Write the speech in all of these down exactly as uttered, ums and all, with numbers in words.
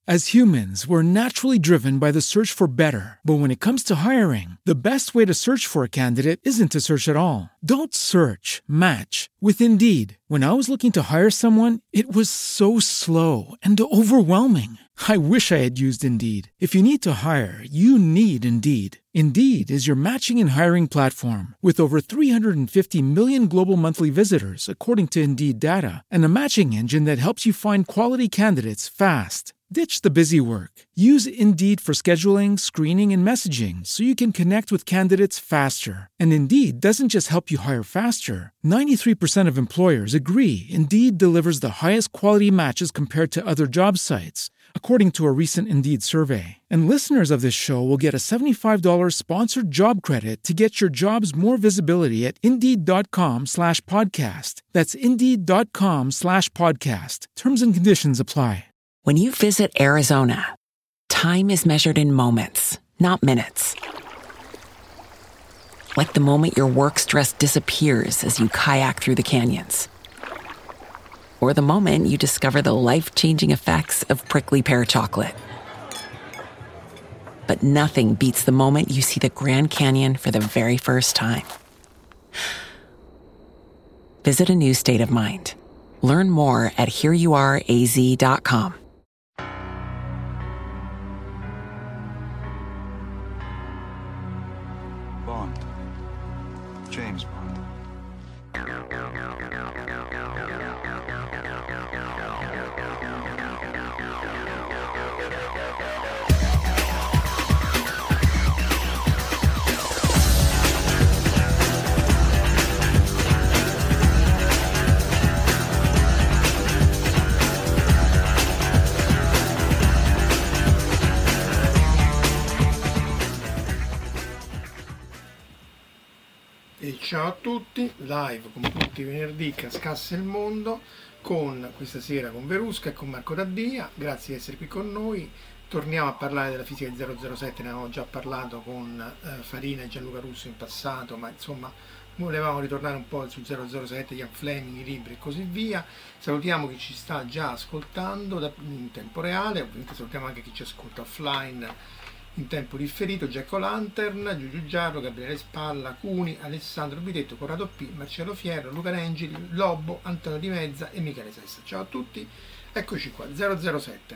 As humans, we're naturally driven by the search for better. But when it comes to hiring, the best way to search for a candidate isn't to search at all. Don't search, match with Indeed. When I was looking to hire someone, it was so slow and overwhelming. I wish I had used Indeed. If you need to hire, you need Indeed. Indeed is your matching and hiring platform with over three hundred fifty million global monthly visitors, according to Indeed data, and a matching engine that helps you find quality candidates fast. Ditch the busy work. Use Indeed for scheduling, screening, and messaging so you can connect with candidates faster. And Indeed doesn't just help you hire faster. ninety-three percent of employers agree Indeed delivers the highest quality matches compared to other job sites, according to a recent Indeed survey. And listeners of this show will get a seventy-five dollars sponsored job credit to get your jobs more visibility at Indeed.com slash podcast. That's Indeed.com slash podcast. Terms and conditions apply. When you visit Arizona, time is measured in moments, not minutes. Like the moment your work stress disappears as you kayak through the canyons. Or the moment you discover the life-changing effects of prickly pear chocolate. But nothing beats the moment you see the Grand Canyon for the very first time. Visit a new state of mind. Learn more at here you are a z dot com. Bond. James Bond. E ciao a tutti, live come tutti i venerdì cascasse il mondo, con questa sera con Verusca e con Marco Daddia. Grazie di essere qui con noi. Torniamo a parlare della fisica di zero zero sette, ne avevamo già parlato con eh, Farina e Gianluca Russo in passato, ma insomma volevamo ritornare un po' su zero zero sette, Ian Fleming, i libri e così via. Salutiamo chi ci sta già ascoltando da, in tempo reale, ovviamente salutiamo anche chi ci ascolta offline in tempo differito: Jack O'Lantern, Giugiu Giarro, Gabriele Spalla, Cuni, Alessandro Bidetto, Corrado P, Marcello Fierro, Luca Rengili, Lobo, Antonio Di Mezza e Michele Sessa. Ciao a tutti, eccoci qua, zero zero sette.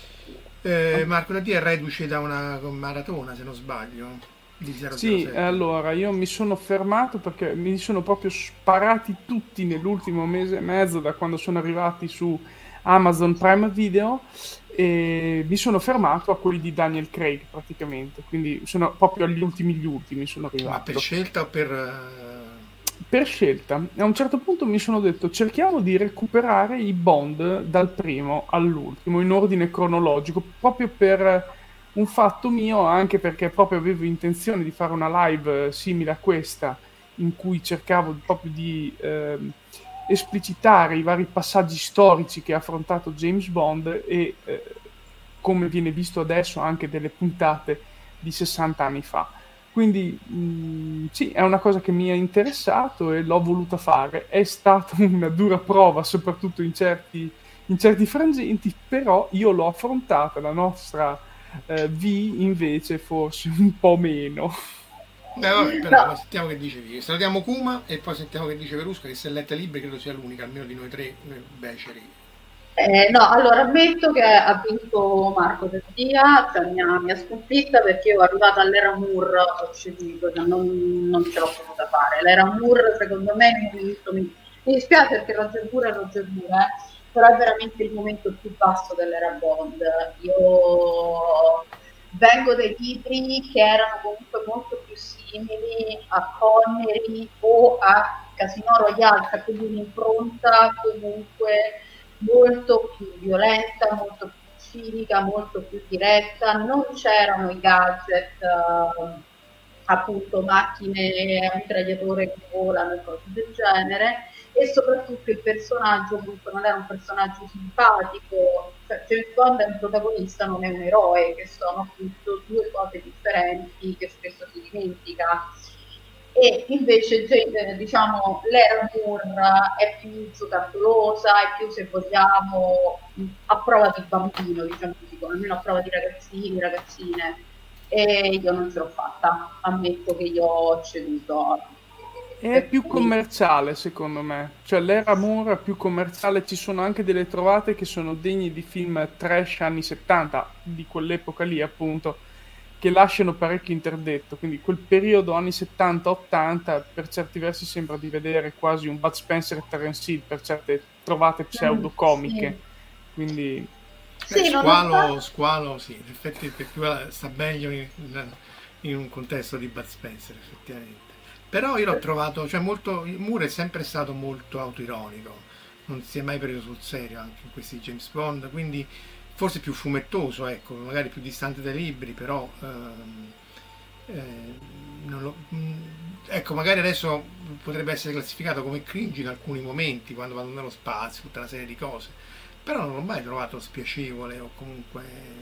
Eh, Marco Daddia è reduce da una maratona, se non sbaglio, di zero zero sette. Sì, allora io mi sono fermato perché mi sono proprio sparati tutti nell'ultimo mese e mezzo da quando sono arrivati su Amazon Prime Video, e mi sono fermato a quelli di Daniel Craig praticamente, quindi sono proprio agli ultimi gli ultimi sono arrivato. Ma per scelta o per... Uh... Per scelta. A un certo punto mi sono detto cerchiamo di recuperare i Bond dal primo all'ultimo in ordine cronologico, proprio per un fatto mio, anche perché proprio avevo intenzione di fare una live simile a questa in cui cercavo proprio di eh, esplicitare i vari passaggi storici che ha affrontato James Bond e eh, come viene visto adesso anche delle puntate di sessanta anni fa. Quindi mh, sì, è una cosa che mi ha interessato e l'ho voluta fare. È stata una dura prova, soprattutto in certi, in certi frangenti, però io l'ho affrontata, la nostra eh, V invece forse un po' meno. Beh, vabbè, però no. Sentiamo che dice Vivi. Salutiamo Kuma e poi sentiamo che dice Verusca, che se è letta libri credo sia l'unica, almeno di noi tre beceri. Eh, no, allora ammetto che ha vinto Marco Daddia, cioè mi ha, mi ha sconfitta perché io arrivata all'era Moore ho ceduto, cioè non, non ce l'ho potuta fare. L'era Moore secondo me è il momento, mi, mi dispiace perché Roger Moore è Roger Moore, eh, però è veramente il momento più basso dell'era Bond. Io vengo dai libri che erano comunque molto più simili a Connery o a Casino Royale, cioè quindi un'impronta comunque molto più violenta, molto più civica, molto più diretta. Non c'erano i gadget, uh, appunto macchine, un mitragliatore che volano e cose del genere, e soprattutto il personaggio comunque non era un personaggio simpatico, cioè James Bond è un protagonista, non è un eroe, che sono appunto due cose differenti che spesso si dimentica. e invece eh, diciamo l'era Moore è più giocattolosa, è più, se vogliamo, a prova di bambino, diciamo così, almeno a prova di ragazzini, ragazzine, e io non ce l'ho fatta, ammetto che io ho ceduto. È più commerciale secondo me, cioè l'era Moore è più commerciale, ci sono anche delle trovate che sono degne di film trash anni settanta, di quell'epoca lì appunto, che lasciano parecchio interdetto, quindi quel periodo anni settanta ottanta per certi versi sembra di vedere quasi un Bud Spencer e Terence Hill per certe trovate pseudo-comiche, sì. Quindi... Sì, eh, squalo, so. squalo, sì, in effetti più sta meglio in, in un contesto di Bud Spencer, effettivamente. Però io l'ho trovato, cioè molto, Moore è sempre stato molto autoironico, non si è mai preso sul serio anche in questi James Bond, quindi forse più fumettoso, ecco, magari più distante dai libri, però ehm, eh, non lo, mh, ecco, magari adesso potrebbe essere classificato come cringe in alcuni momenti, quando vanno nello spazio, tutta una serie di cose, però non l'ho mai trovato spiacevole o comunque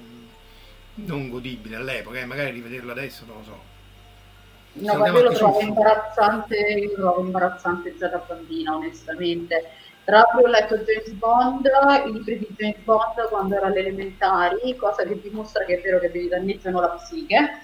non godibile all'epoca, eh, magari rivederlo adesso non lo so. No, ma io lo trovo imbarazzante, io lo trovo imbarazzante già da bambina, onestamente. Tra l'altro ho letto James Bond, i libri di James Bond quando ero alle elementari, cosa che dimostra che è vero che vi danneggiano la psiche.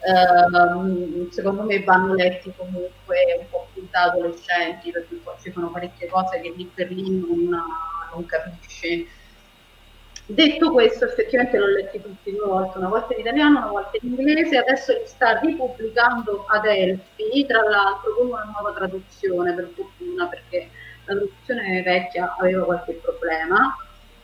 Uh, secondo me vanno letti comunque un po' più da adolescenti, perché poi ci sono parecchie cose che lì per lì non, non capisci. Detto questo, effettivamente l'ho letti tutti due volte, una volta in italiano, una volta in inglese, adesso li sta ripubblicando ad Elfi, tra l'altro con una nuova traduzione, per fortuna, perché la traduzione vecchia aveva qualche problema,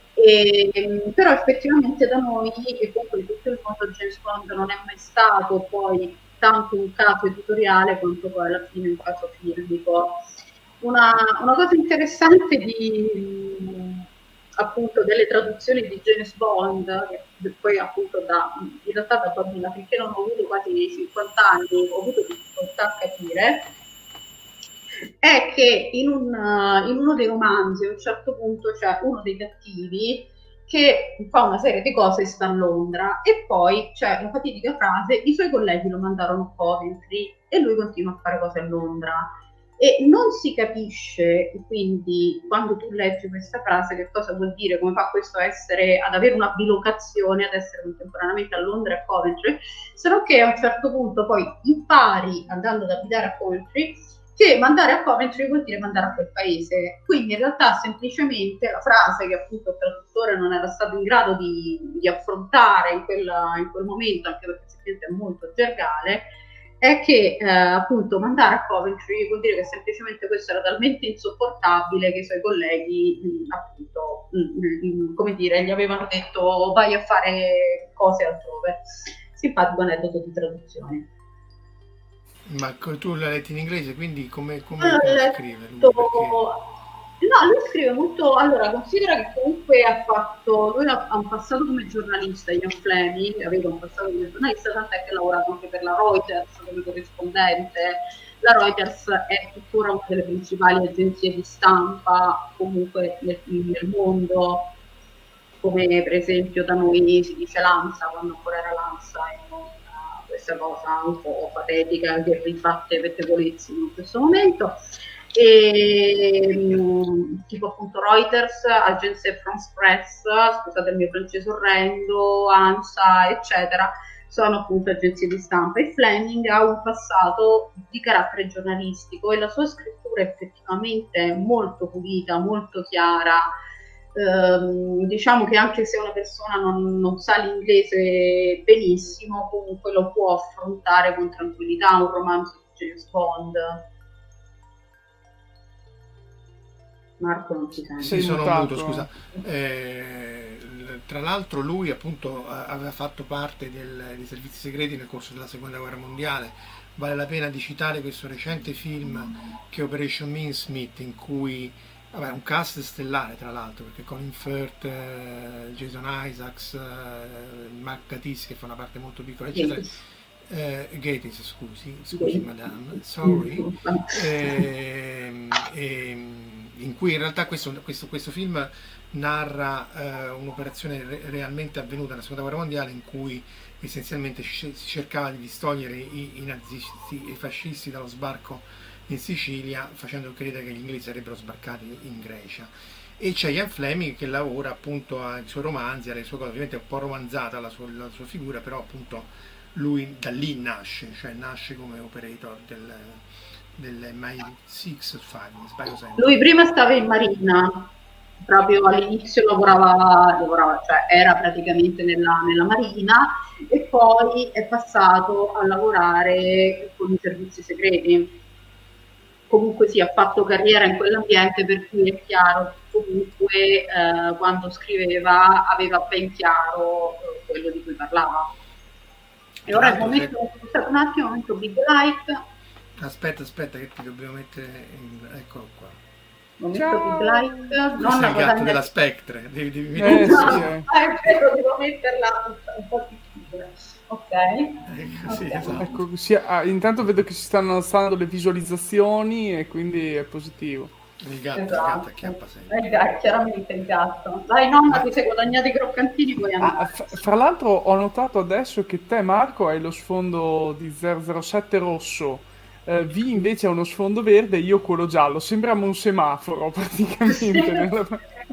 e, però effettivamente da noi, e comunque di tutto il mondo James Bond non è mai stato poi tanto un caso editoriale quanto poi alla fine un caso filmico. Una, una cosa interessante di... appunto delle traduzioni di James Bond, che poi appunto da, in realtà da bambina, finché non ho avuto quasi cinquanta anni, ho avuto difficoltà a capire, è che in, un, in uno dei romanzi a un certo punto c'è uno dei cattivi che fa una serie di cose e sta a Londra, e poi c'è la fatidica frase: i suoi colleghi lo mandarono a Coventry e lui continua a fare cose a Londra. E non si capisce, quindi, quando tu leggi questa frase, che cosa vuol dire, come fa questo a essere, ad avere una bilocazione, ad essere contemporaneamente a Londra e a Coventry, se non che a un certo punto poi impari, andando ad abitare a Coventry, che mandare a Coventry vuol dire mandare a quel paese. Quindi in realtà semplicemente la frase che appunto il traduttore non era stato in grado di, di affrontare in, quella, in quel momento, anche perché semplicemente è molto gergale, è che eh, appunto mandare a Coventry vuol dire che semplicemente questo era talmente insopportabile che i suoi colleghi mh, appunto mh, mh, come dire, gli avevano detto vai a fare cose altrove. Simpatico aneddoto di traduzione. Ma tu l'hai letto in inglese, quindi come, come, allora, come scrive lui? Perché... No, lui scrive molto, allora considera che comunque ha fatto, lui ha, ha un passato come giornalista, Ian Fleming, aveva un passato come giornalista, tant'è che ha lavorato anche per la Reuters come corrispondente. La Reuters è tuttora una delle principali agenzie di stampa comunque nel, nel mondo, come per esempio da noi si dice l'ANSA, quando ancora era l'ANSA, e non questa cosa un po' patetica che rifatte pettegolezzi in questo momento. E tipo appunto Reuters, Agence France Press, scusate il mio francese orrendo, ANSA eccetera, sono appunto agenzie di stampa, e Fleming ha un passato di carattere giornalistico e la sua scrittura effettivamente è molto pulita, molto chiara. Ehm, diciamo che anche se una persona non, non sa l'inglese benissimo, comunque lo può affrontare con tranquillità un romanzo di James Bond. Marco non si sente. Sì, sono muto, scusa. Eh, tra l'altro lui appunto aveva fatto parte del, dei servizi segreti nel corso della seconda guerra mondiale. Vale la pena di citare questo recente film che è Operation Mincemeat, in cui vabbè, un cast stellare tra l'altro, perché Colin Firth, eh, Jason Isaacs, eh, Mark Gatiss che fa una parte molto piccola eccetera. Eh, Gatiss, scusi, scusi madame, sorry. Eh, eh, in cui in realtà questo, questo, questo film narra eh, un'operazione re- realmente avvenuta nella seconda guerra mondiale, in cui essenzialmente si cercava di distogliere i, i nazisti e i fascisti dallo sbarco in Sicilia, facendo credere che gli inglesi sarebbero sbarcati in Grecia. E c'è Ian Fleming che lavora appunto ai suoi romanzi, alle sue cose, ovviamente è un po' romanzata la sua, la sua figura, però appunto lui da lì nasce, cioè nasce come operator del, del M I sei cinque, mi sbaglio sempre. Lui prima stava in marina, proprio all'inizio lavorava, lavorava cioè era praticamente nella, nella marina, e poi è passato a lavorare con i servizi segreti. Comunque sì, ha fatto carriera in quell'ambiente, per cui è chiaro che comunque eh, quando scriveva aveva ben chiaro eh, quello di cui parlava. E ora il momento, scusate un attimo, il momento Big Light. Aspetta, aspetta che ti dobbiamo mettere in... eccolo qua. Momento Ciao. Big Light. Non sei il gatto mia... della Spectre, devi, devi eh, mettere... sì, no, eh. è vero, devo metterla un po' difficile. Ok. Ecco, sì, okay. esatto. Ecco, sì, ah, intanto vedo che si stanno alzando le visualizzazioni e quindi è positivo. Il gatto, Esatto. il gatto acchiappa sempre. Il gatto, chiaramente il gatto. Dai nonna, ti sei guadagnati i croccantini, puoi andare. Ah, fra, fra l'altro ho notato adesso che te, Marco, hai lo sfondo di zero zero sette rosso, eh, V invece ha uno sfondo verde, io quello giallo. Sembriamo un semaforo praticamente. Sì. Nella...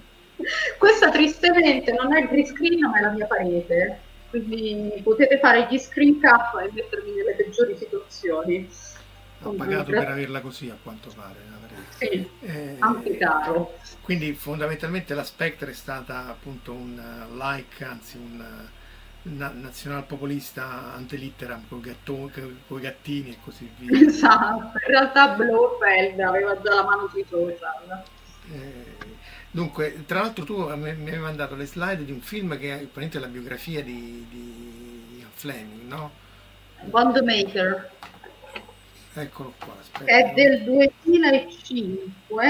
Questa tristemente non è il green screen, ma è la mia parete. Quindi potete fare gli screen cap e mettermi nelle peggiori situazioni. Ho pagato per averla così, a quanto pare. Sì, eh, anche caro. Quindi fondamentalmente la Spectre è stata appunto un like, anzi un na- nazionalpopolista antelitteram con i gattini e così via. Esatto, in realtà Blofeld aveva già la mano sui social. Eh, Dunque, tra l'altro tu mi hai mandato le slide di un film che è praticamente la biografia di, di Ian Fleming, no? Bondmaker. Eccolo qua, aspetta. È del duemilacinque,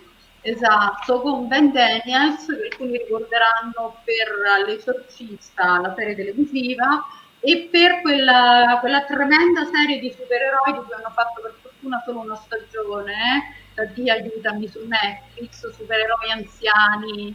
esatto, con Ben Daniels, che alcuni ricorderanno per L'Esorcista, la serie televisiva, e per quella, quella tremenda serie di supereroi di cui hanno fatto per fortuna solo una stagione, da Dio aiutami, su Netflix, supereroi anziani.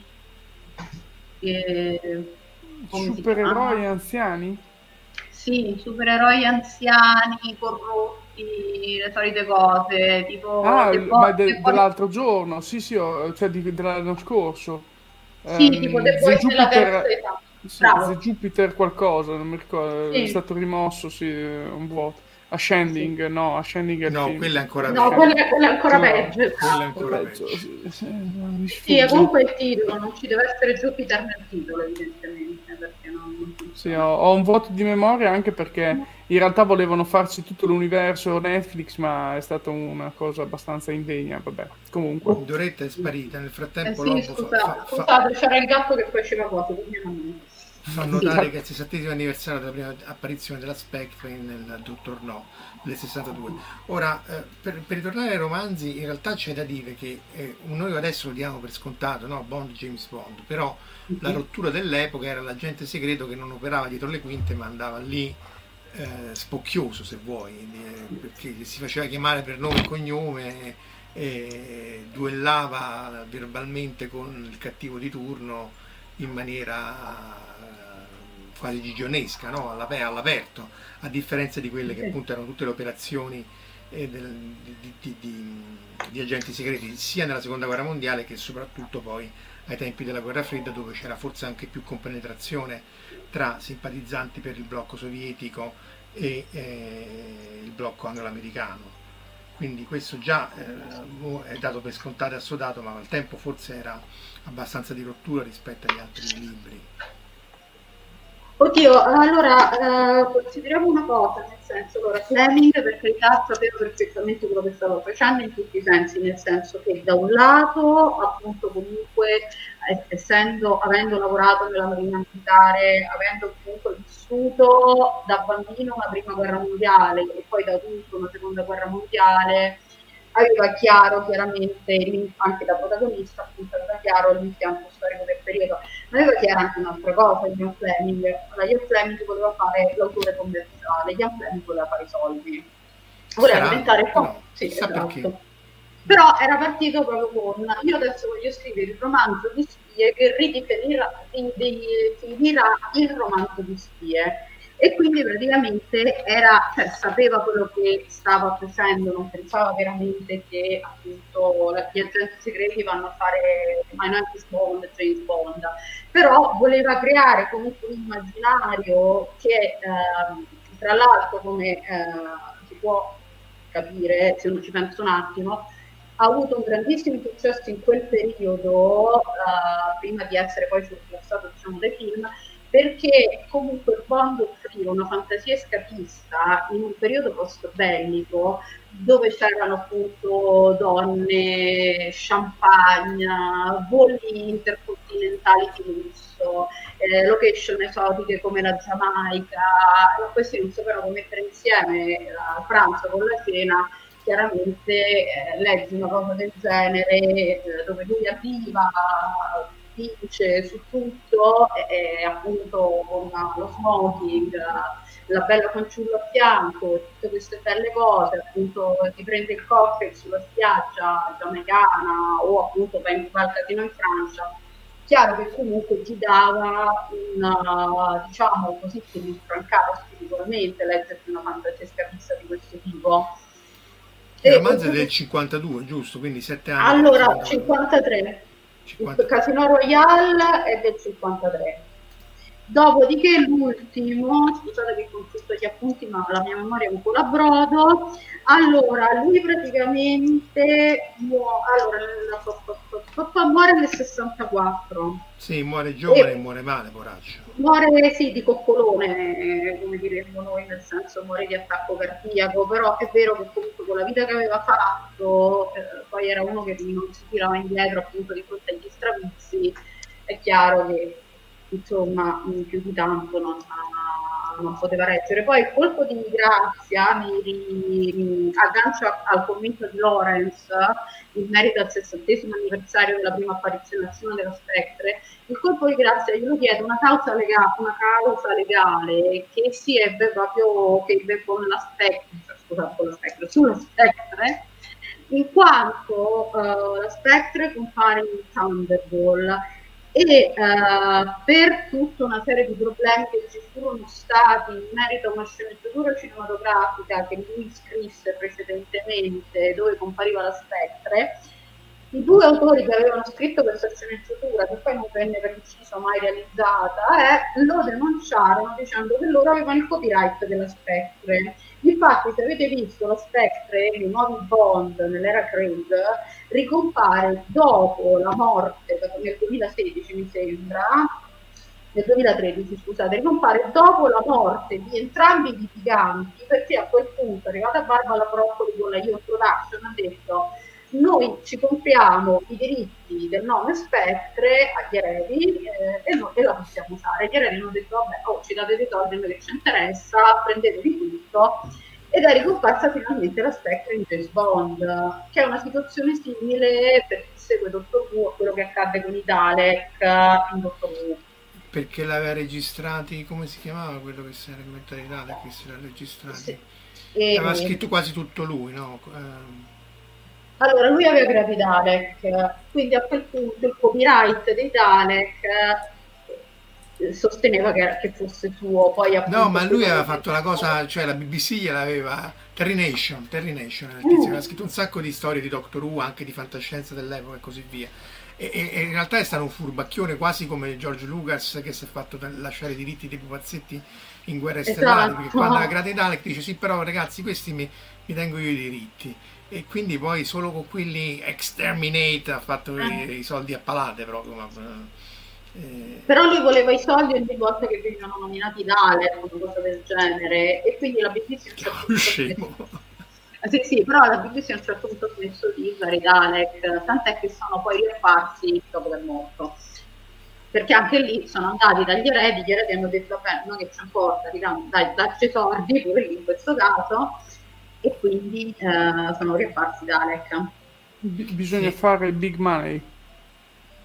E, supereroi anziani? Sì, supereroi anziani, corrotti, le solite cose, tipo... Ah, che ma poi, de- dell'altro giorno, sì sì, ho, cioè di, dell'anno scorso. Sì, um, tipo The Boys della terza età. Sì, Bravo. The Jupiter qualcosa, non mi ricordo, Sì. è stato rimosso, sì, un vuoto. Ascending, sì. no, Ascending è il No, film. quello è ancora no, peggio. quello è, quello è ancora No, peggio. Quello è Esatto. ancora peggio, peggio. sì, sì, mi Sì, sfugge. è comunque il titolo, non ci deve essere Jupiter nel titolo, evidentemente, perché non... Sì, ho, ho un vuoto di memoria anche perché in realtà volevano farci tutto l'universo Netflix, ma è stata una cosa abbastanza indegna, vabbè, comunque. Doretta è sparita, nel Eh frattempo sì, Lobo scusa, fa, fa, scusate, c'era il gatto che faceva cose, quindi non... fa notare che è il sessantesimo anniversario della prima apparizione della Spectre nel Dottor No del sessantadue. Ora, eh, per, per ritornare ai romanzi, in realtà c'è da dire che eh, noi adesso lo diamo per scontato, no? Bond, James Bond, però la rottura dell'epoca era l'agente segreto che non operava dietro le quinte, ma andava lì eh, spocchioso, se vuoi, eh, perché si faceva chiamare per nome e cognome, e duellava verbalmente con il cattivo di turno in maniera quasi gigionesca, no? All'aperto, a differenza di quelle che appunto erano tutte le operazioni eh, del, di, di, di, di agenti segreti, sia nella seconda guerra mondiale che soprattutto poi ai tempi della guerra fredda, dove c'era forse anche più compenetrazione tra simpatizzanti per il blocco sovietico e eh, il blocco anglo-americano. Quindi questo già eh, è dato per scontato e assodato, ma al tempo forse era abbastanza di rottura rispetto agli altri libri. Oddio, allora eh, consideriamo una cosa, nel senso, allora Fleming per carità sapeva perfettamente quello che stava facendo in tutti i sensi, nel senso che da un lato appunto comunque essendo, avendo lavorato nella marina militare, avendo comunque vissuto da bambino una prima guerra mondiale e poi da adulto una seconda guerra mondiale, aveva chiaro chiaramente, anche da protagonista appunto aveva chiaro l'impianto storico del periodo, ma aveva chiaro anche un'altra cosa, Ian Fleming. Allora, Ian Fleming voleva fare l'autore commerciale, Ian Fleming voleva fare i soldi, voleva diventare no, sì, sa esatto. perché? Però era partito proprio con io adesso voglio scrivere il romanzo di spie che ridefinirà, ridefinirà il romanzo di spie. E quindi praticamente era, cioè, sapeva quello che stava facendo, non pensava veramente che appunto gli agenti segreti vanno a fare James Bond, James Bond, però voleva creare comunque un immaginario che eh, tra l'altro, come eh, si può capire se uno ci pensa un attimo, ha avuto un grandissimo successo in quel periodo, uh, prima di essere poi surclassato, diciamo, dai film, perché comunque il Bond offriva una fantasia escapista in un periodo post-bellico dove c'erano appunto donne, champagne, voli intercontinentali di lusso, eh, location esotiche come la Giamaica, e questi non sapevano mettere insieme la pranzo con la cena. Chiaramente eh, leggi una cosa del genere eh, dove lui arriva, dice su tutto e, e appunto con lo smoking, la bella fanciulla a fianco, tutte queste belle cose, appunto ti prende il cocktail sulla spiaggia giamaicana o appunto va in qualche casino in Francia. Chiaro che comunque ti dava una, diciamo così, ti rinfrancava spiritualmente leggerti una fantasia escapista di questo tipo. Il romanzo è del cinquantadue, giusto? Quindi sette anni. Allora, cinquantatré. cinquanta. Il Casino Royale è del cinquantatré. Dopodiché l'ultimo, scusate che consulto gli appunti ma la mia memoria è un po' a brodo. Allora, lui praticamente muo- allora, muore nel sessantaquattro. Sì, muore giovane e, e muore male, poraccio. Muore, sì, di coccolone, come diremmo noi, nel senso muore di attacco cardiaco, però è vero che comunque con la vita che aveva fatto, eh, poi era uno che non si tirava indietro appunto di fronte agli stravizi, è chiaro che insomma più di tanto non, non poteva reggere. Poi il colpo di grazia mi, mi aggancia al commento di Lawrence in merito al sessantesimo anniversario della prima apparizione azione della Spectre. Il colpo di grazia glielo chiede una causa legale, una causa legale che si ebbe proprio che ebbe con la Spectre, scusate, con la Spectre, sulla Spectre, in quanto uh, la Spectre compare in Thunderball e uh, per tutta una serie di problemi che ci furono stati in merito a una sceneggiatura cinematografica che lui scrisse precedentemente dove compariva la Spectre, i due autori che avevano scritto questa sceneggiatura, che poi non venne per inciso mai realizzata, eh, lo denunciarono dicendo che loro avevano il copyright della Spectre. Infatti, se avete visto la Spectre nei nuovi Bond, nell'era Craig, ricompare dopo la morte, nel duemilasedici mi sembra, nel duemilatredici scusate, ricompare dopo la morte di entrambi i litiganti, perché a quel punto, arrivata Barbara Broccoli con la Youth Production, ha detto noi ci compriamo i diritti del nome Spectre agli eredi eh, e, no, e la possiamo usare. Gli eredi hanno detto vabbè, oh, ci date dei soldi, noi che ci interessa, prendetevi tutto, ed è ricomparsa finalmente la Spectre in James Bond, che è una situazione simile per chi segue Doctor Who a quello che accadde con i Dalek in Doctor Who. Perché l'aveva registrati, come si chiamava quello che si era inventato i Dalek, che si era registrati? Sì. E, aveva scritto quasi tutto lui, no? Eh, Allora, lui aveva creato i Dalek, quindi a quel punto il copyright dei Dalek eh, sosteneva che, che fosse suo. Poi no, ma lui aveva fatto la cosa, cioè la B B C gliel'aveva, Terry Nation, Terry Nation, il tizio, mm. aveva scritto un sacco di storie di Doctor Who, anche di fantascienza dell'epoca e così via. E, e, e in realtà è stato un furbacchione quasi come George Lucas, che si è fatto lasciare i diritti dei pupazzetti in Guerre Stellari, esatto. Perché quando ha creato i Dalek dice sì, però ragazzi questi mi, mi tengo io i diritti. E quindi poi solo con quelli Exterminate ha fatto eh. i, i soldi a palate proprio. Ma, eh. Però lui voleva i soldi ogni volta che venivano nominati Dalek o una cosa del genere, e quindi la B B C a un certo punto sì, sì, però la B B C a un certo punto ha smesso di usare i Dalek, tant'è che sono poi riapparsi dopo che è morto. Perché anche lì sono andati dagli eredi, gli eredi hanno detto vabbè, non che ci importa, dai, dacci soldi, pure lì in questo caso, e quindi eh, sono riapparsi Dalek. B- bisogna sì. fare il big money.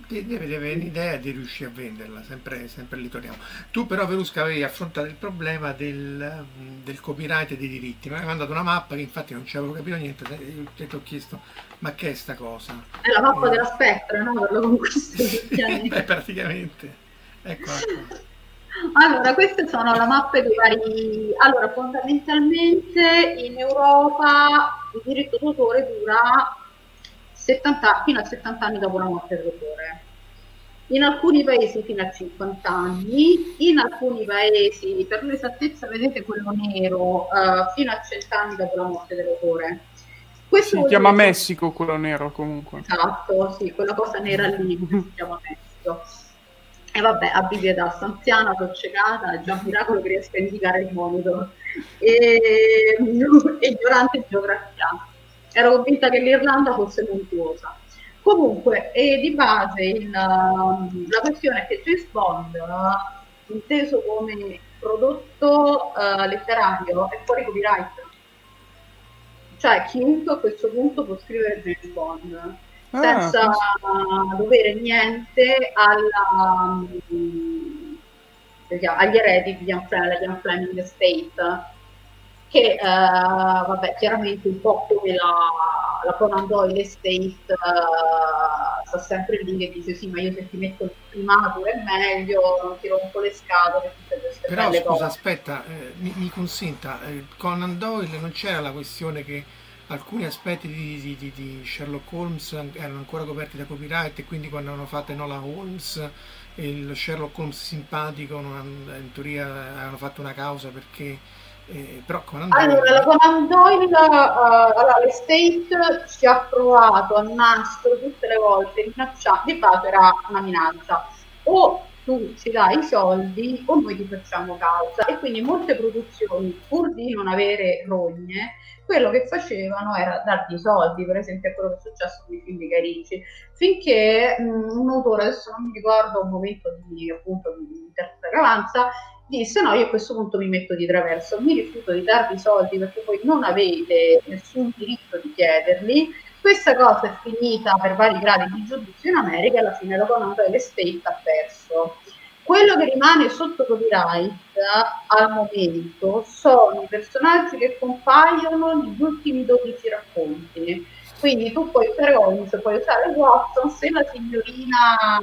Deve avere l'idea di riuscire a venderla, sempre, sempre lì torniamo. Tu però, Verusca, avevi affrontato il problema del, del copyright e dei diritti. Mi avevi mandato una mappa che infatti non ci avevo capito niente, io ti ho chiesto, ma che è sta cosa? È la mappa Eh, della Spectre, no? Per lo conquisto Beh, praticamente. Ecco, ecco. Allora, queste sono le mappe dei vari... Allora, fondamentalmente in Europa il diritto d'autore dura settanta, fino a settanta anni dopo la morte dell'autore. In alcuni paesi fino a cinquanta anni, in alcuni paesi, per l'esattezza vedete quello nero, eh, fino a cento anni dopo la morte dell'autore. Questo si chiama dire... Messico quello nero comunque. Esatto, sì, quella cosa nera lì si chiama Messico. E vabbè, abbi pietà, sto anziana, sono ciecata, è già un miracolo che riesco a indicare il monitor. E, e ignorante in geografia. Ero convinta che l'Irlanda fosse montuosa. Comunque, e di base il, la questione è che James Bond, inteso come prodotto uh, letterario, è fuori copyright. Cioè, chiunque a questo punto può scrivere James Bond, ah, senza uh, dovere niente alla, um, agli eredi di Ian Fleming Estate, che uh, vabbè, chiaramente un po' come la, la Conan Doyle Estate uh, sta sempre lì che dice sì, ma io se ti metto il primato è meglio, non ti rompo le scatole, tutte queste però belle scusa, cose. aspetta, eh, mi, mi consenta, eh, Conan Doyle non c'era la questione che alcuni aspetti di, di, di, di Sherlock Holmes erano ancora coperti da copyright, e quindi quando hanno fatto Enola Holmes, il Sherlock Holmes simpatico, non, in teoria avevano fatto una causa perché Eh, però Conan Doyle... Allora, la Conan Doyle, uh, allora, l'Estate ci ha provato a nastro tutte le volte, minacciato, di fatto era una minaccia, o tu ci dai i soldi o noi ti facciamo causa, e quindi molte produzioni, pur di non avere rogne, quello che facevano era dargli i soldi. Per esempio è quello che è successo con i film di Guy Ritchie, finché mh, un autore, adesso non mi ricordo, un momento di appunto di interroganza, disse no, io a questo punto mi metto di traverso, mi rifiuto di darvi i soldi perché voi non avete nessun diritto di chiederli. Questa cosa è finita per vari gradi di giudizio in America e alla fine la Conan Doyle State ha perso. Quello che rimane sotto copyright al momento sono i personaggi che compaiono negli ultimi dodici racconti. Quindi tu puoi usare Holmes, puoi usare Watson, se la signorina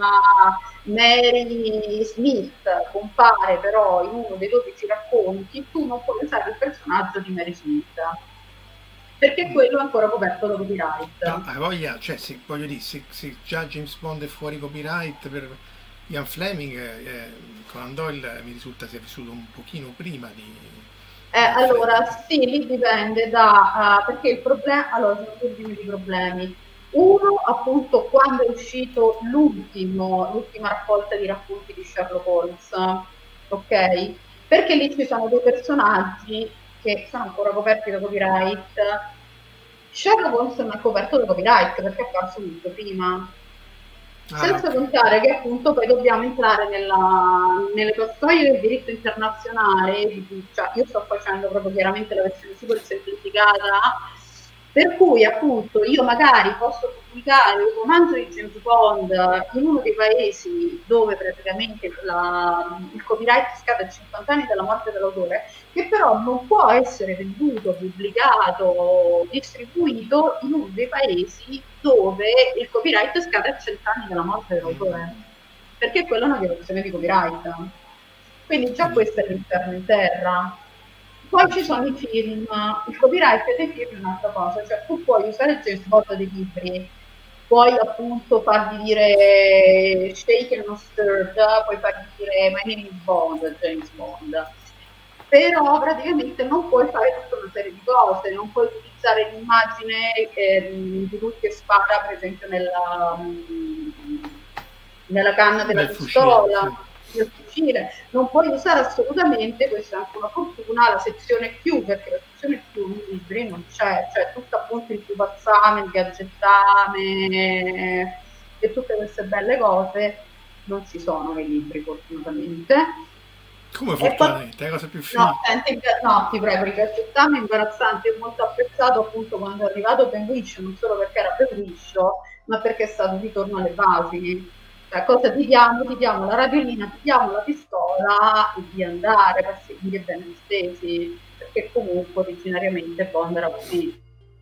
Mary Smith compare però in uno dei dodici racconti, tu non puoi usare il personaggio di Mary Smith, perché quello è ancora coperto da copyright. No, hai voglia, cioè, se, voglio dire, se, se già James Bond è fuori copyright per Ian Fleming, eh, Conan Doyle mi risulta sia vissuto un pochino prima di... Eh, allora, sì, lì dipende da... Uh, perché il problema... Allora, sono due tipi di problemi. Uno, appunto, quando è uscito l'ultimo, l'ultima raccolta di racconti di Sherlock Holmes, ok? Perché lì ci sono dei personaggi che sono ancora coperti da copyright. Sherlock Holmes non è coperto da copyright perché è apparso molto prima. Ah, senza okay. contare che appunto poi dobbiamo entrare nella, nelle pastoie del diritto internazionale, di cui, cioè, io sto facendo proprio chiaramente la versione super semplificata, per cui appunto io magari posso pubblicare un romanzo di James Bond in uno dei paesi dove praticamente la, il copyright scade a cinquanta anni dalla morte dell'autore, che però non può essere venduto, pubblicato, distribuito in uno dei paesi dove il copyright scade a cento anni dalla morte dell'autore, perché quella è una violazione di copyright. Quindi già questo è l'inferno in terra. Poi ci sono i film, il copyright dei film è un'altra cosa, cioè tu puoi usare James Bond dei libri, puoi appunto fargli dire Shaken and Stirred, puoi fargli dire My name is Bond, James Bond, però praticamente non puoi fare tutta una serie di cose, non puoi utilizzare l'immagine eh, di lui che spara per esempio nella, nella canna della pistola, del fucile, non puoi usare assolutamente, questa è anche una fortuna, la sezione più, perché la sezione più nei libri non c'è, cioè tutto appunto il pupazzame, il gadgettame e tutte queste belle cose non ci sono nei libri fortunatamente. Come fortunatamente? È la cosa più figa. No, senti, no, ti prego, il gadgettame è imbarazzante, è molto apprezzato appunto quando è arrivato Penguin, non solo perché era Penguin, ma perché è stato un ritorno alle basi. Cioè, cosa ti diamo? Ti diamo la radiolina, ti diamo la pistola e di andare per seguire bene stesi, perché comunque originariamente Bond era così.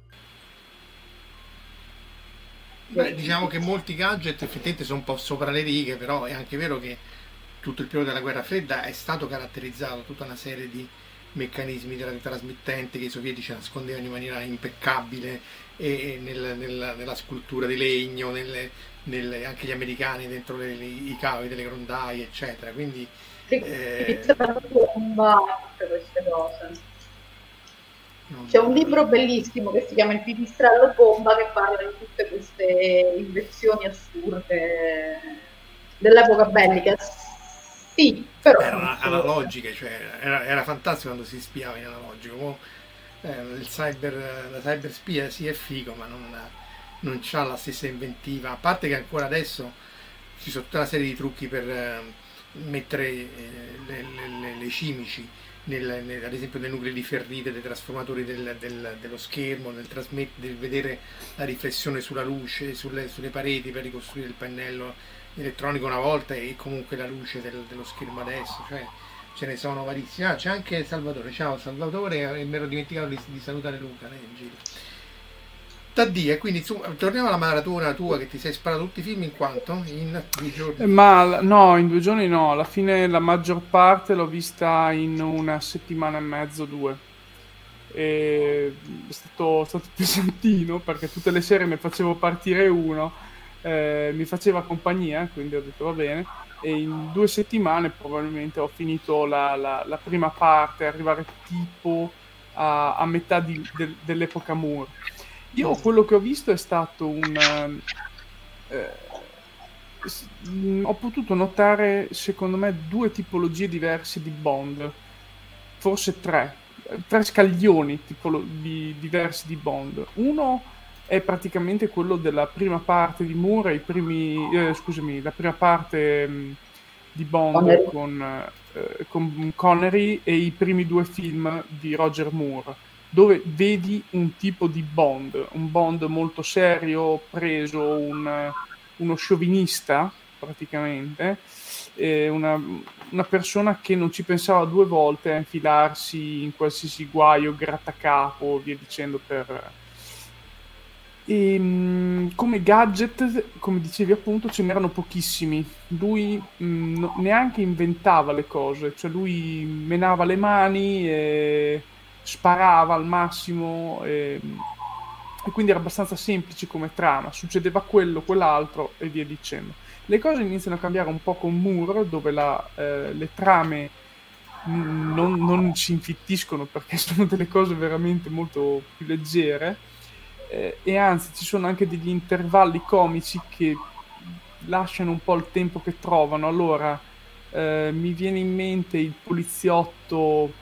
Beh, diciamo che molti gadget effettivamente sono un po' sopra le righe, però è anche vero che tutto il periodo della guerra fredda è stato caratterizzato da tutta una serie di meccanismi di radiotrasmittente che i sovietici nascondevano in maniera impeccabile e nel, nel, nella scultura di legno, nelle, nelle, anche gli americani dentro le, le, i cavi delle grondaie, eccetera. Quindi sì, eh, la bomba, tutte queste cose. C'è un libro bellissimo che si chiama Il pipistrello bomba, che parla di tutte queste invenzioni assurde dell'epoca bellica. Sì, però erano analogiche, cioè era, era fantastico quando si spiava in analogico. Eh, il cyber, la cyber spia sì è figo, ma non, non ha la stessa inventiva, a parte che ancora adesso ci sono tutta una serie di trucchi per eh, mettere eh, le, le, le cimici nel, nel, ad esempio nei nuclei di ferrite dei trasformatori del, del, dello schermo, nel trasmettere, del vedere la riflessione sulla luce, sulle, sulle pareti per ricostruire il pannello elettronico una volta e comunque la luce del, dello schermo adesso, cioè ce ne sono varissimi. Ah, c'è anche Salvatore, ciao Salvatore, e mi ero dimenticato di, di salutare Luca né, in giro. Taddia, quindi su, torniamo alla maratona tua che ti sei sparato tutti i film in quanto? In due giorni? Ma no, in due giorni no, alla fine la maggior parte l'ho vista in una settimana e mezzo, due. E è stato, è stato pesantino perché tutte le sere ne facevo partire uno, eh, mi faceva compagnia, quindi ho detto va bene, e in due settimane probabilmente ho finito la, la, la prima parte, arrivare tipo a, a metà di, de, dell'epoca Moore. Io quello che ho visto è stato un... Eh, ho potuto notare, secondo me, due tipologie diverse di Bond, forse tre, tre scaglioni tipolo- di, diversi di Bond. Uno è praticamente quello della prima parte di Moore, i primi, eh, scusami, la prima parte mh, di Bond Connery. con, eh, con Connery e i primi due film di Roger Moore, dove vedi un tipo di Bond, un Bond molto serio, preso, un, uno sciovinista praticamente, eh, una, una persona che non ci pensava due volte a infilarsi in qualsiasi guaio, grattacapo, via dicendo. Per... E, mh, come gadget, come dicevi appunto, ce n'erano pochissimi. Lui mh, no, neanche inventava le cose, cioè lui menava le mani e sparava al massimo e, e quindi era abbastanza semplice come trama, succedeva quello, quell'altro e via dicendo. Le cose iniziano a cambiare un po' con Moore, dove la, eh, le trame n- non, non si infittiscono perché sono delle cose veramente molto più leggere, eh, e anzi ci sono anche degli intervalli comici che lasciano un po' il tempo che trovano. Allora eh, mi viene in mente il poliziotto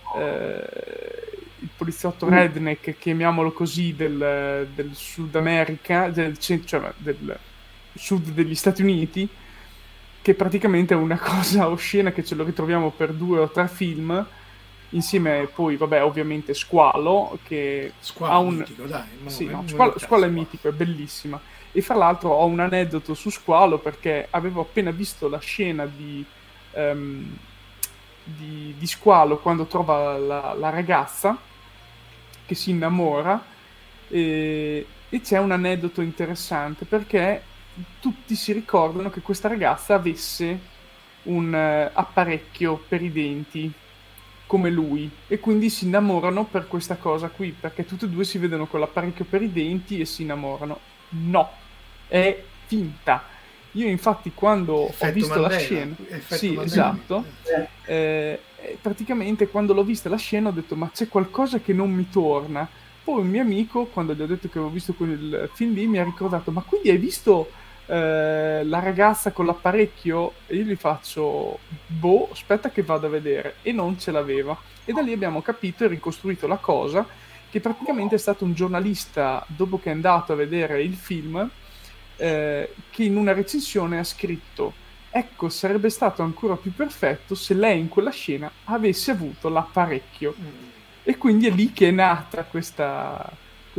Eh, il poliziotto redneck, chiamiamolo così, del, del Sud America, del, cioè del sud degli Stati Uniti, che praticamente è una cosa oscena che ce lo ritroviamo per due o tre film, insieme poi, vabbè, ovviamente Squalo, che Squalo ha un... mitico, dai. Sì, no, non Squalo, caso, Squalo è mitico, è bellissima. E fra l'altro ho un aneddoto su Squalo perché avevo appena visto la scena di... Um, Di, di Squalo quando trova la, la ragazza che si innamora, e, e c'è un aneddoto interessante perché tutti si ricordano che questa ragazza avesse un uh, apparecchio per i denti come lui e quindi si innamorano per questa cosa qui, perché tutti e due si vedono con l'apparecchio per i denti e si innamorano. No, è finta. Io infatti quando effetto ho visto Mandela, la scena, sì, Mandela. esatto, eh, praticamente quando l'ho vista la scena ho detto ma c'è qualcosa che non mi torna. Poi un mio amico, quando gli ho detto che avevo visto quel film lì, mi ha ricordato ma quindi hai visto eh, la ragazza con l'apparecchio? E io gli faccio boh, aspetta che vado a vedere, e non ce l'aveva. E da lì abbiamo capito e ricostruito la cosa, che praticamente è stato un giornalista, dopo che è andato a vedere il film, Eh, che in una recensione ha scritto: ecco, sarebbe stato ancora più perfetto se lei in quella scena avesse avuto l'apparecchio. Mm. E quindi è lì che è nata questa,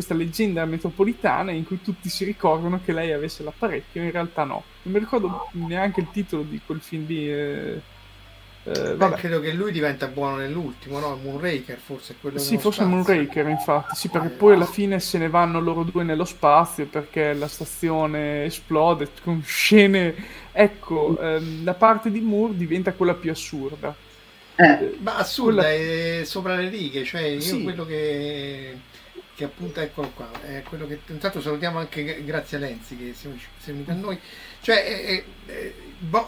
questa leggenda metropolitana in cui tutti si ricordano che lei avesse l'apparecchio, in realtà no. Non mi ricordo neanche il titolo di quel film lì. Eh, eh, Beh, credo che lui diventa buono nell'ultimo, no? Moonraker forse è quello. Sì, forse spazio. Moonraker, infatti, sì, perché Eh, poi alla fine se ne vanno loro due nello spazio perché la stazione esplode con scene. Ecco, ehm, la parte di Moore diventa quella più assurda. Eh. Ma assurda, Quella- è sopra le righe, cioè io Sì. quello che, che appunto, eccolo qua, è quello che intanto salutiamo anche gra- grazie a Lenzi che si è unito a noi, cioè è- è- è- Bo-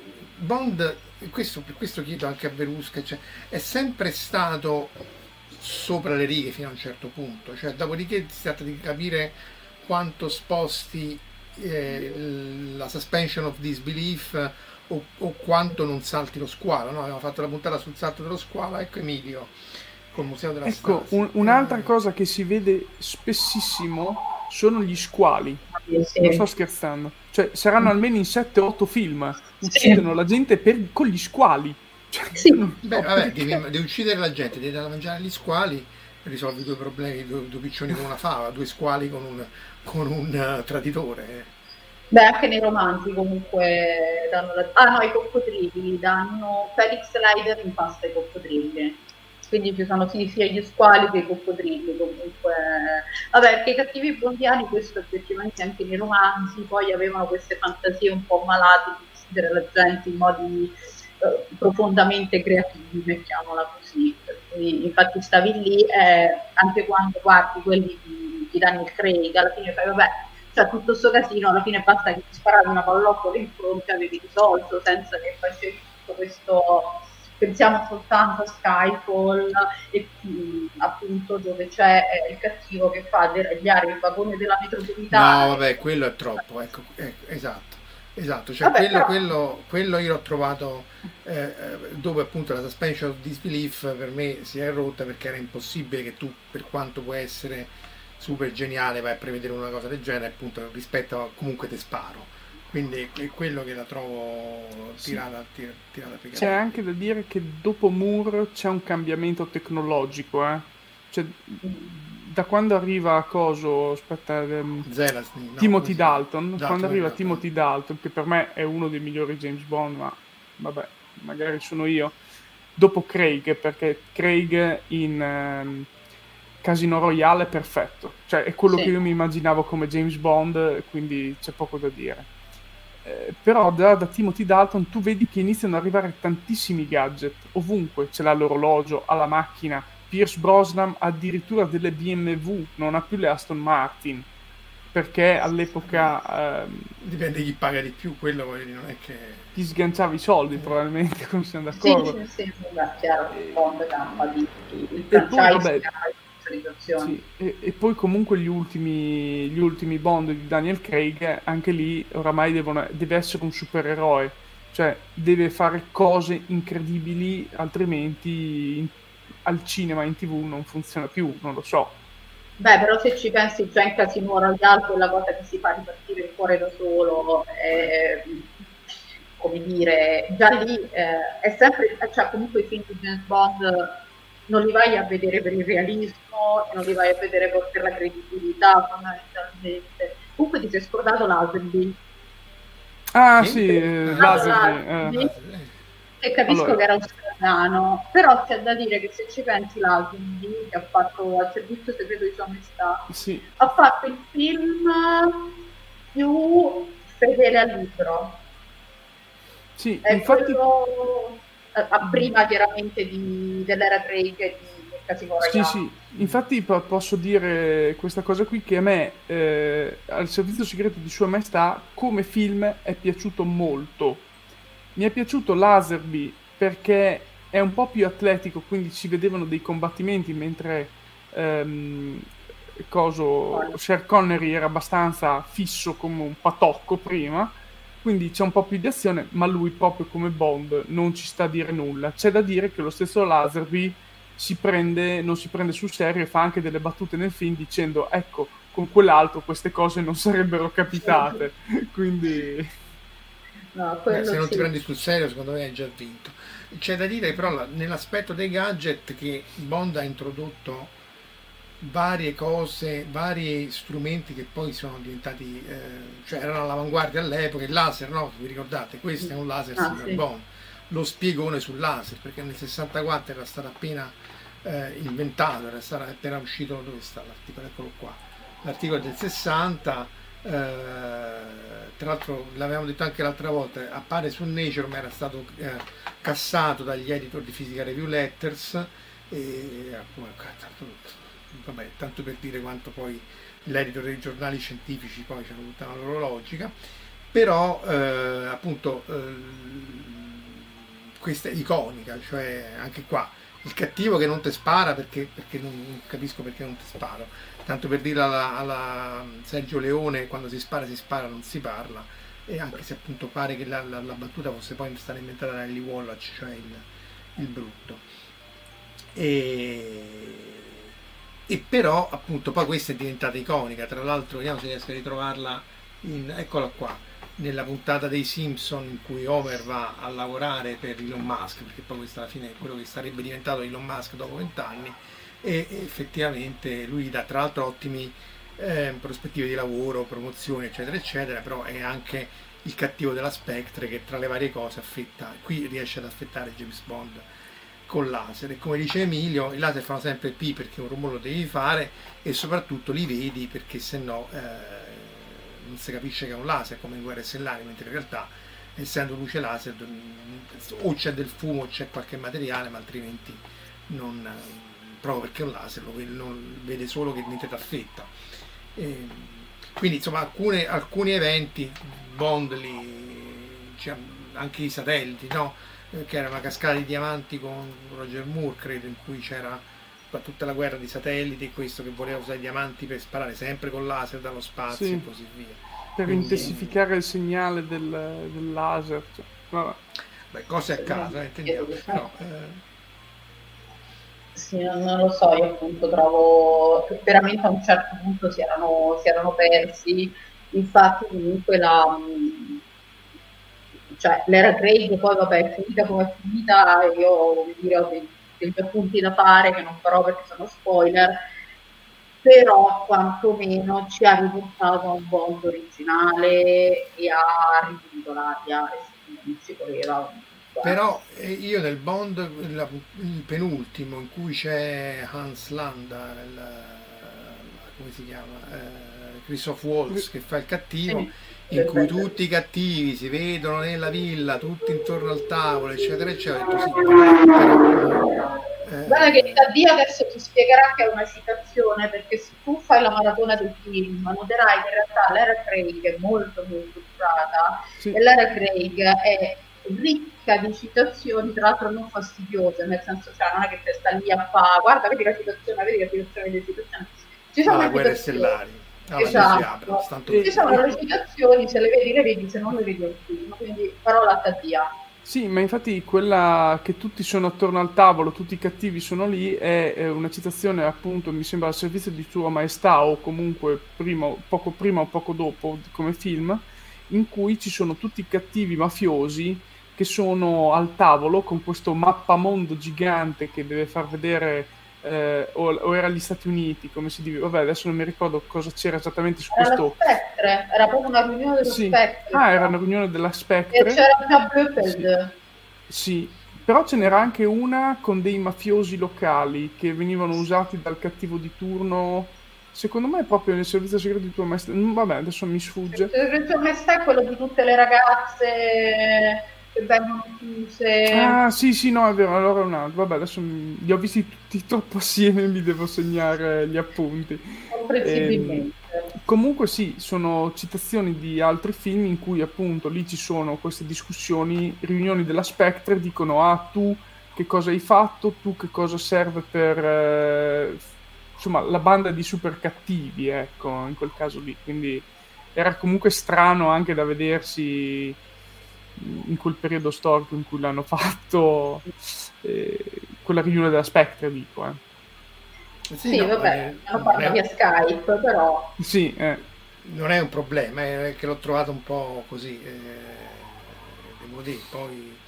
Bond, questo, per questo chiedo anche a Verusca, cioè, è sempre stato sopra le righe fino a un certo punto, cioè dopodiché si tratta di capire quanto sposti eh, la suspension of disbelief o, o quanto non salti lo squalo, no? Abbiamo fatto la puntata sul salto dello squalo, ecco Emilio col Museo della Ecco, Stasi. un- un'altra Eh, cosa che si vede spessissimo sono gli squali. Sì. Non sto scherzando. Cioè, saranno almeno in sette otto film. Uccidono la gente per- con gli squali. Cioè, Sì. non so Beh, vabbè, perché. devi, devi uccidere la gente, devi dare da mangiare agli squali, risolvi due problemi, due, due piccioni con una fava, due squali con un, con un eh, traditore. Beh, anche nei romanzi comunque danno la... Ah no, i coccodrilli danno Felix Leiter in pasta ai coccodrilli. Quindi ci sono sì, sia gli squali che i coccodrilli comunque. Vabbè, perché i cattivi bondiani questo effettivamente anche nei romanzi poi avevano queste fantasie un po' malate di uccidere la gente in modi eh, profondamente creativi, mettiamola così. Per cui, infatti stavi lì eh, anche quando guardi quelli di, di Daniel Craig, alla fine fai vabbè, cioè tutto questo casino, alla fine basta che ti sparavi una pallottola in fronte e avevi risolto senza che facevi tutto questo. Pensiamo soltanto a Skyfall e mh, appunto dove c'è eh, il cattivo che fa deragliare il vagone della metropolitana. No, vabbè, quello è troppo, ecco, ecco, esatto, esatto, cioè Vabbè, quello, però- quello, quello io l'ho trovato eh, eh, dove appunto la suspension of disbelief per me si è rotta perché era impossibile che tu, per quanto può essere super geniale, vai a prevedere una cosa del genere, appunto rispetto a comunque te sparo. Quindi è quello che la trovo tirata, tirata, tirata per C'è anche da dire che dopo Moore c'è un cambiamento tecnologico, eh. Cioè, da quando arriva Coso, aspetta, ehm, Zelazny, no, Timothy così. Dalton, Dalton, quando arriva Dalton. Timothy Dalton, che per me è uno dei migliori James Bond, ma vabbè, magari sono io, dopo Craig, perché Craig in ehm, Casino Royale è perfetto, cioè è quello Sì. che io mi immaginavo come James Bond, quindi c'è poco da dire. Eh, però da, da Timothy Dalton tu vedi che iniziano ad arrivare tantissimi gadget ovunque, ce l'ha l'orologio, ha la macchina. Pierce Brosnan ha addirittura delle B M W, non ha più le Aston Martin, perché all'epoca ehm, Dipende chi paga di più, quello voglio dire, non è che... chi sganciava i soldi probabilmente, come siamo Sì, d'accordo. sì, sì, sì, beh, chiaro, il Bond campa di, il E poi, franchise vabbè, campa di specializzazioni. Sì, e, e poi comunque gli ultimi, gli ultimi Bond di Daniel Craig, anche lì oramai devono, deve essere un supereroe, cioè deve fare cose incredibili, altrimenti in- al cinema, in tv non funziona più, non lo so. Beh, però se ci pensi già in Casino Royale, quella cosa che si fa ripartire il cuore da solo, è, come dire, già lì eh, è sempre, cioè comunque i film di James Bond non li vai a vedere per il realismo, non li vai a vedere per la credibilità fondamentalmente. Comunque ti sei scordato l'Alderby. Ah Sì? sì, eh, Ah, Lazenby, eh. Lazenby. E capisco Allora. che era australiano, però c'è da dire che se ci pensi l'Alderby, che ha fatto Al servizio segreto di Sua Maestà, Sì, ha fatto il film più fedele al libro. sì, È infatti quello a, a prima chiaramente di, dell'era Craig e di Casino Sì, Royale. sì, infatti po- posso dire questa cosa qui che a me, eh, al servizio segreto di Sua Maestà, come film è piaciuto molto. Mi è piaciuto Lazenby perché è un po' più atletico, quindi si vedevano dei combattimenti, mentre ehm, coso, Sean Connery era abbastanza fisso come un patocco prima, quindi c'è un po' più di azione, ma lui proprio come Bond non ci sta a dire nulla. C'è da dire che lo stesso Lazenby si prende, non si prende sul serio e fa anche delle battute nel film dicendo ecco, con quell'altro queste cose non sarebbero capitate. Quindi No, Beh, quello se non sì. ti prendi sul serio, secondo me hai già vinto. C'è da dire però la- nell'aspetto dei gadget che Bond ha introdotto varie cose, vari strumenti che poi sono diventati, eh, cioè erano all'avanguardia all'epoca, il laser, no? Vi ricordate? Questo è un laser Ah, signor sì. Bond, lo spiegone sul laser, perché nel sessantaquattro era stato appena eh, inventato, era stato appena uscito, dove sta l'articolo? Eccolo qua, l'articolo del sessanta, eh, tra l'altro l'avevamo detto anche l'altra volta, appare su Nature ma era stato eh, cassato dagli editor di Physical Review Letters, e vabbè, tanto per dire quanto poi l'editor dei giornali scientifici poi c'hanno tutta la loro logica, però eh, appunto eh, questa è iconica, cioè anche qua il cattivo che non ti spara perché, perché non, non capisco perché non ti sparo, tanto per dire alla, alla Sergio Leone, quando si spara si spara, non si parla, e anche se appunto pare che la, la, la battuta fosse poi stata inventata da Nelly Wallach, cioè il, il brutto. E, e però appunto poi questa è diventata iconica, tra l'altro vediamo se riesco a ritrovarla, in, eccola qua, nella puntata dei Simpson in cui Homer va a lavorare per Elon Musk, perché poi questo alla fine è quello che sarebbe diventato Elon Musk dopo vent'anni, e effettivamente lui dà tra l'altro ottimi eh, prospettive di lavoro, promozioni eccetera eccetera, però è anche il cattivo della Spectre che tra le varie cose affetta, qui riesce ad affettare James Bond con laser, e come dice Emilio i laser fanno sempre il P perché un rumore lo devi fare, e soprattutto li vedi perché se no eh, non si capisce che è un laser, come in Guerre Stellari, mentre in realtà essendo luce laser o c'è del fumo o c'è qualche materiale, ma altrimenti non, proprio perché è un laser lo vede, non, vede solo che mentre ti affetta. E quindi insomma alcune, alcuni eventi Bond li, cioè, anche i satelliti, no? Che era una cascata di diamanti con Roger Moore, credo, in cui c'era tutta la guerra di satelliti, questo che voleva usare i diamanti per sparare sempre con laser dallo spazio, sì, e così via, per quindi intensificare il segnale del, del laser, cioè, vabbè. Beh, cose a caso, eh, intendiamo, però eh, sì, non, non lo so, io appunto trovo che veramente a un certo punto si erano, si erano persi, infatti comunque la, cioè, l'era Craig poi vabbè è finita come è finita, io voglio dire ho dei, degli appunti da fare che non farò perché sono spoiler, però quantomeno ci ha riportato a un Bond originale e ha ripunto l'aria, e non ci voleva. però eh, io nel Bond la- il penultimo in cui c'è Hans Landa, il, come si chiama, eh, Christoph Waltz che fa il cattivo, Sì, in cui perfetto. tutti i cattivi si vedono nella villa, tutti intorno al tavolo, eccetera, eccetera. Ho detto, sì, però, Guarda che eh, da Dio adesso ti spiegherà che è una citazione, perché se tu fai la maratona del film noterai che in realtà l'era Craig è molto molto curata, Sì. e l'era Craig è ricca di citazioni, tra l'altro non fastidiose, nel senso, cioè non è che te sta lì a fare guarda vedi la citazione, vedi la citazione di citazione, ci sono alla le Guerre citazioni, Stellari, alla Lucy esatto, Abrams, tanto E- ci per sono dire. le citazioni, se le vedi le vedi, se non le vedi è un film, quindi parola a Dia. Sì, ma infatti quella che tutti sono attorno al tavolo, tutti i cattivi sono lì, è è una citazione appunto, mi sembra, al servizio di Sua Maestà, o comunque prima, poco prima o poco dopo come film, in cui ci sono tutti i cattivi mafiosi che sono al tavolo con questo mappamondo gigante che deve far vedere, eh, o, o era gli Stati Uniti, come si dice, vabbè adesso non mi ricordo cosa c'era esattamente su Era la questo... Spectre, era proprio una riunione dello Sì, Spectre. ah, era una riunione della E Spectre. c'era già Blofeld. Sì, però ce n'era anche una con dei mafiosi locali che venivano usati dal cattivo di turno, secondo me proprio nel servizio segreto di tua maestra. Mm, Vabbè, adesso mi sfugge. Il suo maestà è quello di tutte le ragazze che vengono chiuse. Ah, sì, sì, no, è vero, allora è un altro. Vabbè, adesso mi- li ho visti tutti troppo assieme, mi devo segnare gli appunti. Comprensibilmente. Ehm, comunque sì, sono citazioni di altri film in cui appunto lì ci sono queste discussioni, riunioni della Spectre, dicono ah tu che cosa hai fatto, tu che cosa serve per eh, f- insomma la banda di super cattivi, ecco, in quel caso lì, quindi era comunque strano anche da vedersi in quel periodo storico in cui l'hanno fatto, eh, quella riunione della Spectre, dico, eh. Sì, Sì, no, vabbè, eh, hanno non fatto è, via Skype, però Sì, eh. non è un problema, è che l'ho trovato un po' così, eh, devo dire, poi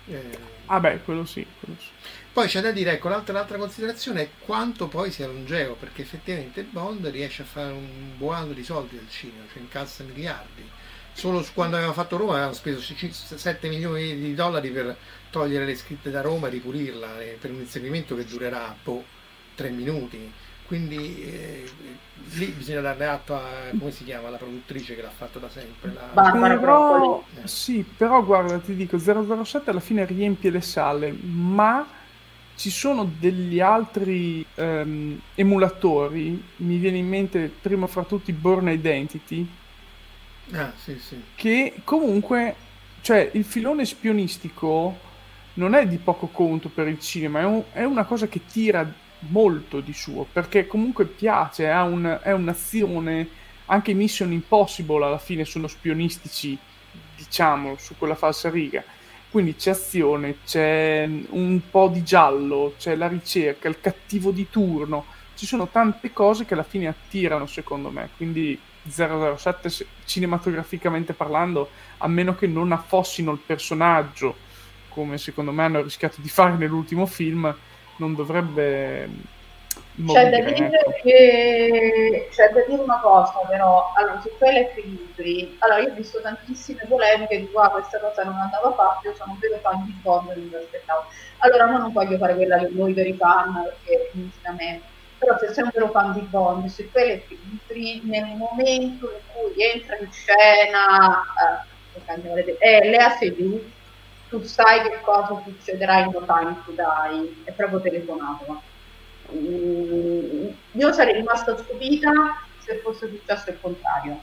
Eh, Ah beh, quello sì, quello sì. Poi c'è da dire, ecco, l'altra, l'altra considerazione è quanto poi sia longevo, perché effettivamente Bond riesce a fare un boato di soldi al cinema, cioè incassa miliardi. Solo su- quando aveva fatto Roma avevano speso sette milioni di dollari per togliere le scritte da Roma e ripulirla, eh, per un inseguimento che durerà boh, tre minuti. Quindi eh, lì bisogna darle atto a, come si chiama, la produttrice che l'ha fatto da sempre. La... Barbara Però, Broccoli. Eh. sì, però guarda, ti dico, zero zero sette alla fine riempie le sale, ma ci sono degli altri ehm, emulatori, mi viene in mente primo fra tutti Bourne Identity, Ah, sì, sì. che comunque, cioè il filone spionistico non è di poco conto per il cinema, è, un- è una cosa che tira molto di suo, perché comunque piace, ha un- è un'azione, anche i Mission Impossible alla fine sono spionistici, diciamo, su quella falsa riga. Quindi c'è azione, c'è un po' di giallo, c'è la ricerca, il cattivo di turno, ci sono tante cose che alla fine attirano secondo me, quindi zero zero sette se- cinematograficamente parlando, a meno che non affossino il personaggio, come secondo me hanno rischiato di fare nell'ultimo film, non dovrebbe C'è da morire, dire ecco. che c'è da dire una cosa però, allora su quelle equilibri, allora io ho visto tantissime polemiche di qua questa cosa non andava fatta, io sono un vero fan di Bond e non mi aspettavo. Allora no, non voglio fare quella che voi veri fan perché finisce da me, però se sei un vero fan di Bond, su quelle equilibri nel momento in cui entra in scena eh, eh, Lea Seydoux, tu sai che cosa succederà in No Time to Die, è proprio telefonato. Mm, io sarei rimasta stupita se fosse successo il contrario.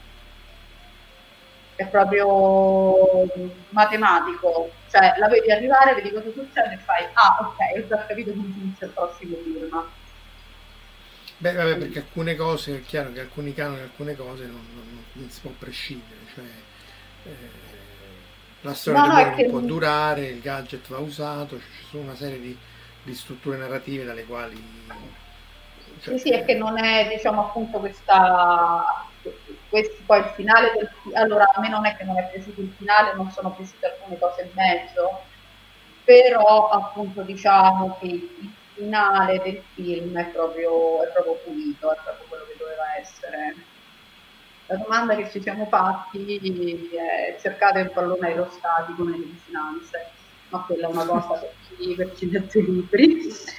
È proprio matematico, cioè la vedi arrivare, vedi cosa succede e fai ah ok, ho già capito come finisce il prossimo film. Beh, vabbè, perché alcune cose, è chiaro che alcuni canoni, alcune cose non, non- non si può prescindere, cioè eh, la storia No, no, d'amore è non che può durare, il gadget va usato, ci sono una serie di, di strutture narrative dalle quali... cioè, sì, sì, è che eh, non è, diciamo, appunto questa, questo, poi il finale del, allora a me non è che non è piaciuto il finale, non sono piaciute alcune cose in mezzo, però appunto diciamo che il finale del film è proprio, è proprio pulito, è proprio quello che doveva essere. La domanda che ci siamo fatti è cercate un pallone aerostatico nelle vicinanze, ma quella è una cosa per chi, per chi legge i libri.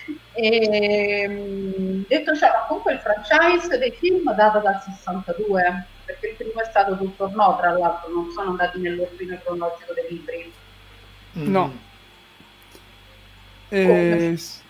E, detto ciò, ma comunque il franchise dei film data dal sessantadue, perché il primo è stato Tutto or No, tra l'altro, non sono andati nell'ordine cronologico dei libri. No. mm, Eh, Come? s-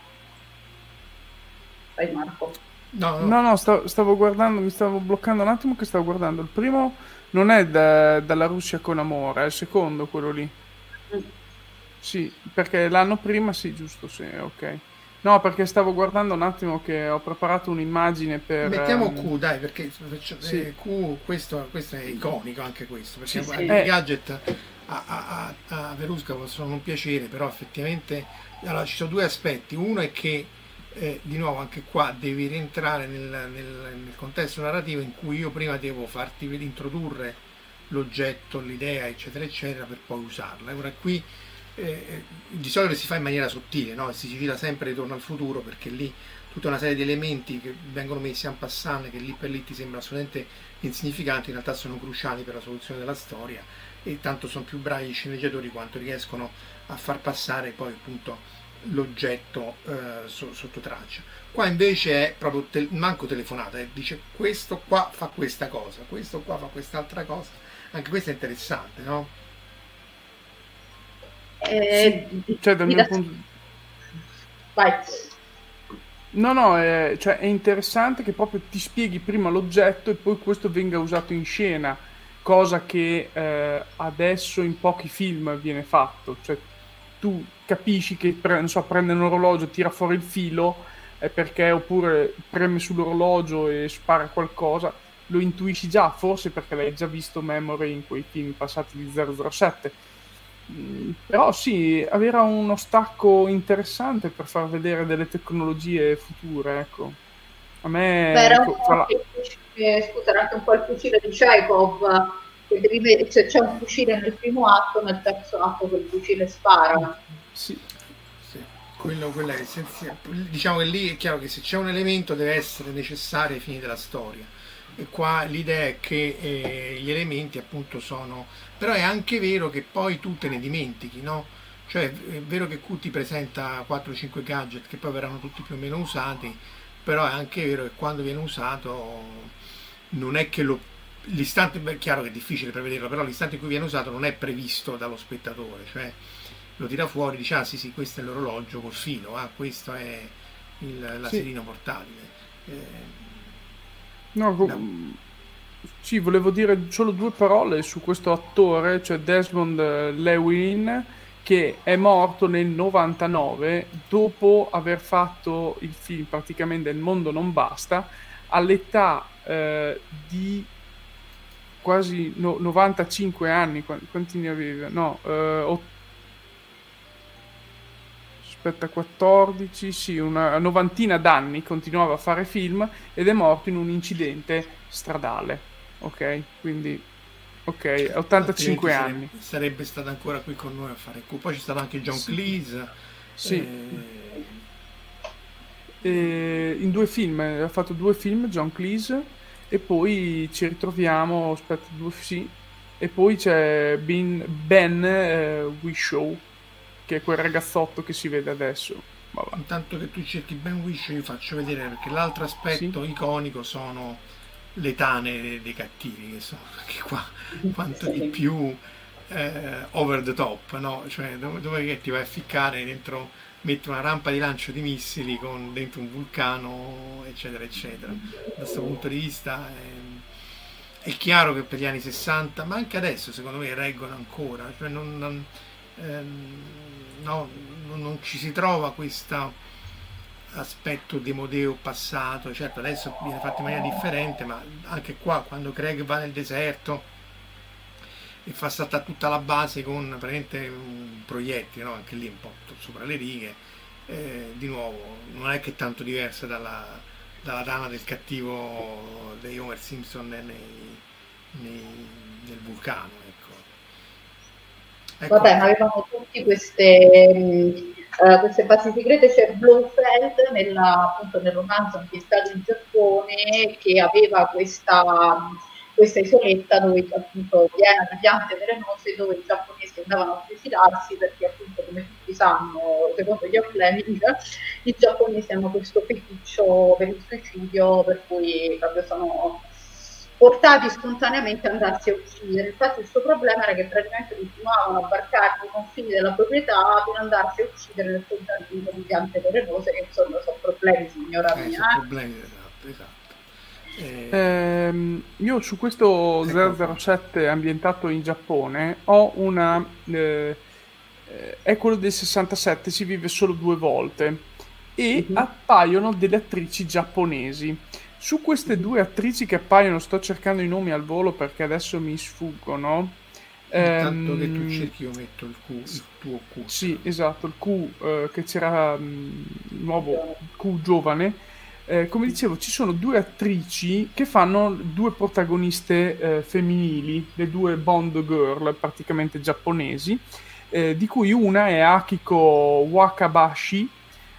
Dai Marco. no, no, no, no, sta- stavo guardando, mi stavo bloccando un attimo che stavo guardando. Il primo non è da- dalla Russia con amore, è il secondo quello lì. Mm. Sì, perché l'anno prima, sì, giusto, sì, ok. No, perché stavo guardando un attimo che ho preparato un'immagine per... mettiamo ehm, Q, dai, perché faccio- sì, eh, Q, questo, questo è iconico anche questo, perché Sì, sì. i eh, gadget a, a, a, a Verusca possono non piacere, però effettivamente allora, ci sono due aspetti. Uno è che eh, di nuovo anche qua devi rientrare nel, nel- nel contesto narrativo in cui io prima devo farti ved- introdurre l'oggetto, l'idea, eccetera, eccetera, per poi usarla. Ora qui eh, di solito si fa in maniera sottile, no? Si gira sempre Ritorno al futuro perché lì tutta una serie di elementi che vengono messi en passant che lì per lì ti sembrano assolutamente insignificanti, in realtà sono cruciali per la soluzione della storia e tanto sono più bravi i sceneggiatori quanto riescono a far passare poi appunto l'oggetto eh, so- sotto traccia. Qua invece è proprio tel- manco telefonata, eh, dice questo qua fa questa cosa, questo qua fa quest'altra cosa. Anche questo è interessante, no? Eh, sì, cioè dal di mio da- punto... Vai. No, no, è, cioè, è interessante che proprio ti spieghi prima l'oggetto e poi questo venga usato in scena, cosa che eh, adesso in pochi film viene fatto. Cioè, tu capisci che pre- non so, prende un orologio, tira fuori il filo, è perché oppure preme sull'orologio e spara qualcosa, lo intuisci già, forse perché l'hai già visto Memory in quei film passati di zero zero sette. Mm, Però sì, avere uno stacco interessante per far vedere delle tecnologie future, ecco. A Beh, me, era un ecco, fra po' la- il fucile, scusa, era anche un po' il fucile di Chekhov, che devi, se c'è un fucile nel primo atto, nel terzo atto quel fucile spara. Sì. Sì. Quello, quello è essenziale. Diciamo che lì è chiaro che se c'è un elemento deve essere necessario ai fini della storia. E qua l'idea è che eh, gli elementi appunto sono... Però è anche vero che poi tu te ne dimentichi, no? Cioè è vero che Q ti presenta quattro cinque gadget che poi verranno tutti più o meno usati, però è anche vero che quando viene usato non è che lo... L'istante, è chiaro che è difficile prevederlo, però l'istante in cui viene usato non è previsto dallo spettatore, cioè lo tira fuori e dice ah sì sì questo è l'orologio col filo, ah questo è il laserino sì. portatile. Eh, No, no. Sì, volevo dire solo due parole su questo attore, cioè Desmond Llewellyn, che è morto nel novantanove dopo aver fatto il film praticamente Il mondo non basta, all'età eh, di quasi no, novantacinque anni. Quanti ne aveva? No, eh, aspetta, quattordici, sì, una novantina d'anni continuava a fare film ed è morto in un incidente stradale, ok? Quindi, ok, ottantacinque anni. Sarebbe, sarebbe stato ancora qui con noi a fare Q. Poi c'è stato anche John sì. Cleese. Sì. E... E in due film, ha fatto due film John Cleese e poi ci ritroviamo, aspetta, due, sì, e poi c'è Ben, ben eh, Whishaw, che è quel ragazzotto che si vede adesso. Vabbè. Intanto che tu cerchi Ben Whishaw vi faccio vedere, perché l'altro aspetto sì. iconico sono le tane dei, dei cattivi, che sono anche qua quanto di più eh, over the top, no? Cioè dove, dove che ti vai a ficcare dentro, metti una rampa di lancio di missili con dentro un vulcano, eccetera eccetera. Da questo punto di vista è, è chiaro che per gli anni sessanta, ma anche adesso secondo me reggono ancora, cioè non, non ehm, no, non ci si trova questo aspetto demodeo passato. Certo adesso viene fatto in maniera differente, ma anche qua quando Craig va nel deserto e fa saltare tutta la base con praticamente un proiettile, no? Anche lì un po' sopra le righe, eh, di nuovo non è che tanto diversa dalla, dalla tana del cattivo dei Homer Simpson nei, nei, nel vulcano, ecco. Ecco. Vabbè, ma avevamo tutti queste Uh, queste basi segrete. C'è Blofeld nella, appunto, nel romanzo ambientato in Giappone, che aveva questa, questa isoletta dove appunto piena di piante velenose, dove i giapponesi andavano a suicidarsi perché appunto, come tutti sanno, secondo gli Fleming, i giapponesi hanno questo feticcio per il suicidio, per cui proprio sono portati spontaneamente ad andarsi a uccidere. Infatti il suo problema era che praticamente continuavano a varcare i confini della proprietà per andarsi a uccidere nel contadino di piante velenose, che insomma sono problemi, signora eh, mia. Sono problemi, esatto, esatto. Eh... Eh, io su questo ecco. zero zero sette ambientato in Giappone ho una... Eh, è quello del sessantasette, si vive solo due volte e uh-huh. appaiono delle attrici giapponesi. Su queste due attrici che appaiono, sto cercando i nomi al volo perché adesso mi sfuggono. Intanto ehm, che tu cerchi io metto il, Q, il tuo Q. Sì, esatto, il Q eh, che c'era il nuovo Q giovane. Eh, come dicevo, ci sono due attrici che fanno due protagoniste eh, femminili, le due Bond girl praticamente giapponesi, eh, di cui una è Akiko Wakabashi,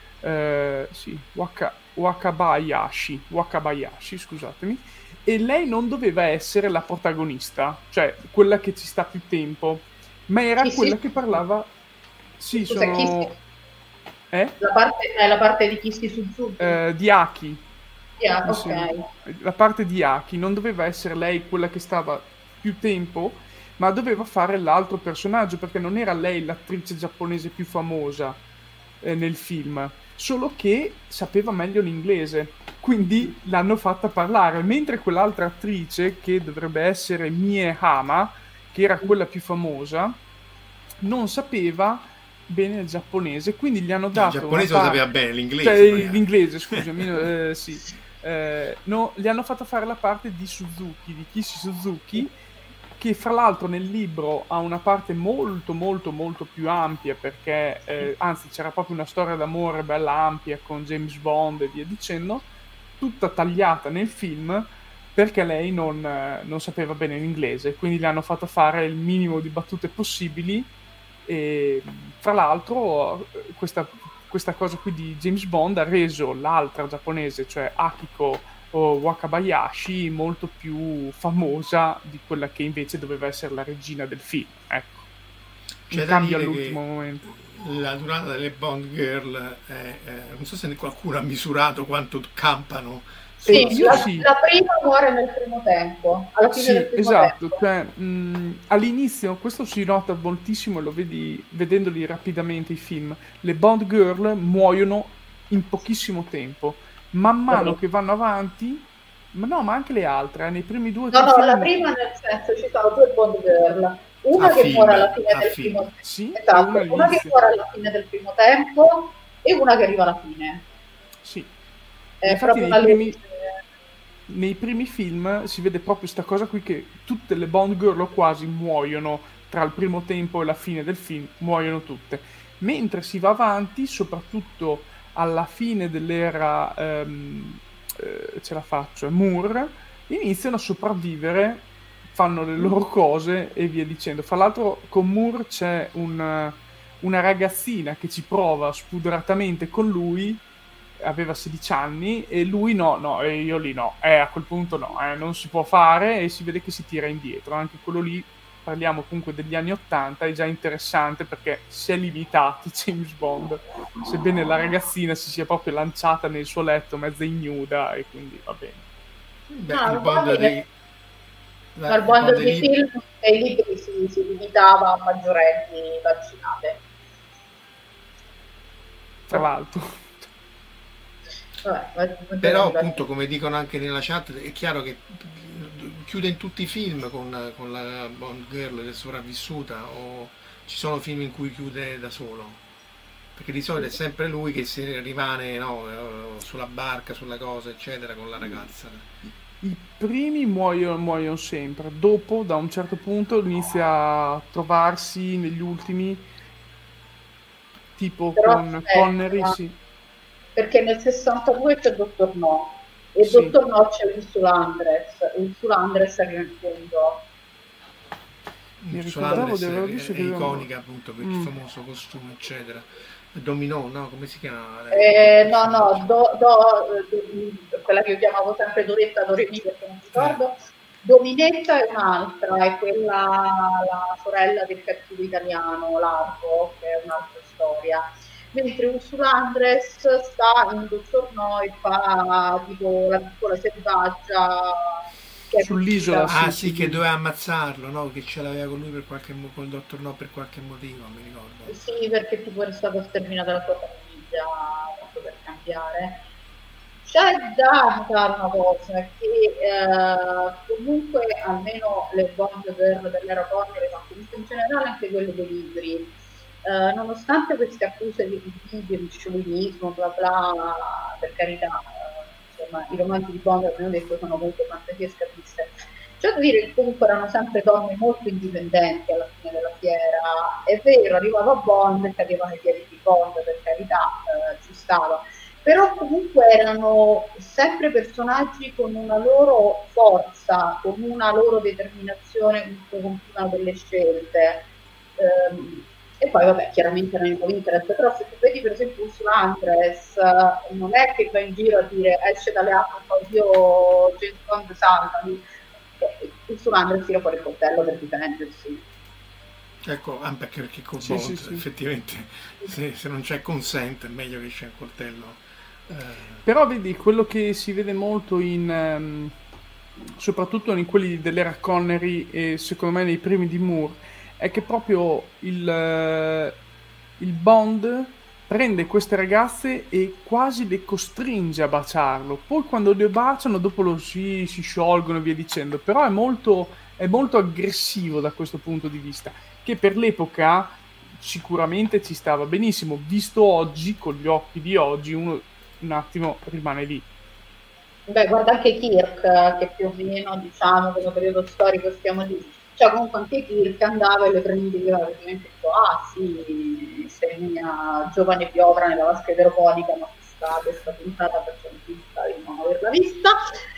eh, sì, Waka Wakabayashi, Wakabayashi, scusatemi, e lei non doveva essere la protagonista, cioè quella che ci sta più tempo, ma era chi quella si... che parlava. Sì, Scusa, sono. Chi si... Eh? La parte è la parte di Kishi Suzuki. Eh, di Aki. Yeah, ok. La parte di Aki non doveva essere lei quella che stava più tempo, ma doveva fare l'altro personaggio, perché non era lei l'attrice giapponese più famosa eh, nel film. Solo che sapeva meglio l'inglese, quindi l'hanno fatta parlare, mentre quell'altra attrice, che dovrebbe essere Mie Hama, che era quella più famosa, non sapeva bene il giapponese, quindi gli hanno dato... No, il giapponese par- lo sapeva bene, l'inglese... Cioè, l'inglese, scusami, eh, sì. Eh, no, gli hanno fatto fare la parte di Suzuki, di Kishi Suzuki, che fra l'altro nel libro ha una parte molto molto molto più ampia, perché eh, anzi c'era proprio una storia d'amore bella ampia con James Bond e via dicendo, tutta tagliata nel film, perché lei non, eh, non sapeva bene l'inglese, quindi le hanno fatto fare il minimo di battute possibili. E fra l'altro questa, questa cosa qui di James Bond ha reso l'altra giapponese, cioè Akiko o Wakabayashi, molto più famosa di quella che invece doveva essere la regina del film, ecco. C'è Un da cambio dire all'ultimo che momento. la durata delle Bond Girl è, è- non so se qualcuno ha misurato quanto campano. Sì, io la, sì. la prima muore nel primo tempo, alla fine Sì, del primo esatto, tempo. cioè, mh, all'inizio questo si nota moltissimo e lo vedi vedendoli rapidamente i film. Le Bond Girl muoiono in pochissimo tempo, man mano Sì. che vanno avanti, ma no, ma anche le altre, eh, nei primi due o No, tre no, film. la prima nel senso ci sono due Bond Girl, una A che film, muore alla fine a del film. primo Sì, e esatto, una una che all'inizio. muore alla fine del primo tempo e una che arriva alla fine. Sì. È Infatti proprio nei una primi, legge. nei primi film si vede proprio questa cosa qui, che tutte le Bond Girl o quasi muoiono tra il primo tempo e la fine del film, muoiono tutte. Mentre si va avanti, soprattutto alla fine dell'era, ehm, eh, ce la faccio, Moore, iniziano a sopravvivere, fanno le loro cose e via dicendo. Fra l'altro con Moore c'è un, una ragazzina che ci prova spudoratamente con lui, aveva sedici anni e lui no, no, e io lì no, eh, a quel punto no, eh, non si può fare e si vede che si tira indietro, anche quello lì, parliamo comunque degli anni ottanta, è già interessante perché si è limitati James Bond, sebbene la ragazzina si sia proprio lanciata nel suo letto mezza ignuda e quindi va bene. Beh, No, il la Bond Bond dei, Ma la- il il Bond Bond dei dei libri. film e i libri si, si limitava a maggiorenni vaccinate. Tra l'altro, Vabbè, maggiorenni Però vaccinate. appunto, come dicono anche nella chat, è chiaro che chiude in tutti i film con, con la Bond Girl che è sopravvissuta, o ci sono film in cui chiude da solo? Perché di solito è sempre lui che se rimane, no, eh, sulla barca, sulla cosa, eccetera, con la ragazza. i primi muoiono, muoiono sempre, dopo da un certo punto inizia a trovarsi negli ultimi, tipo Però con aspetta, Connery, sì. perché nel sessantadue c'è Dottor No e Sì. Dottor No c'è Ursula Andress. Ursula Andress arriva in fondo. Mi Ursula ricordavo Andress di aver è, visto è che- iconica appunto per il Mm. famoso costume, eccetera. Dominò, no? Come si chiama? Eh, no, no, do, do, do- quella che io chiamavo sempre Doretta Doremi perché non mi ricordo. Dominetta è un'altra, è quella, la sorella del cattivo italiano, Largo, che è un'altra storia. Mentre Ursula Andress sta in Dottor No e fa tipo la piccola selvaggia che è Sull'isola, riuscita- Ah sì, sì, sì, che sì. doveva ammazzarlo, no? Che ce l'aveva con lui per qualche mo- col dottor No per qualche motivo, mi ricordo. Sì, perché tipo era stata sterminata la sua famiglia, tanto per cambiare. C'è da notare una cosa, che eh, comunque almeno le Bond Girl dell'era Connery, ma comunque in generale anche quelle dei libri, eh, nonostante queste accuse di video, di sciovinismo, bla bla, per carità, eh, insomma, i romanzi di Bond, abbiamo detto, sono molto fantasie scapiste. C'è da dire che comunque erano sempre donne molto indipendenti alla fine della fiera. È vero, arrivava Bond e cadevano i piedi di Bond, per carità, eh, ci stava. Però comunque erano sempre personaggi con una loro forza, con una loro determinazione comunque continua delle scelte. Ehm, e poi vabbè, chiaramente erano in interest, però se tu vedi per esempio Ursula Andress, eh, non è che va in giro a dire esce dalle acque e fa oddio James Bond salvami. Eh, Ursula Andress tira fuori il coltello per difendersi. Ecco, anche perché, perché con Sì, Bond sì, sì. effettivamente se, se non c'è consent è meglio che c'è il coltello. Eh, Però vedi, quello che si vede molto in ehm, soprattutto in quelli dell'era Connery e secondo me nei primi di Moore è che proprio il, eh, il Bond prende queste ragazze e quasi le costringe a baciarlo. Poi quando le baciano dopo lo si, si sciolgono e via dicendo. Però è molto, è molto aggressivo da questo punto di vista, che per l'epoca sicuramente ci stava benissimo. Visto oggi, con gli occhi di oggi, uno un attimo rimane lì. Beh, guarda anche Kirk, che più o meno, diciamo, come periodo storico stiamo lì. Cioè, comunque anche Kirk andava e le prendeva praticamente detto, ah sì, sei mia giovane piovra nella vasca idroponica, ma questa, questa puntata facciamo finta di non averla vista.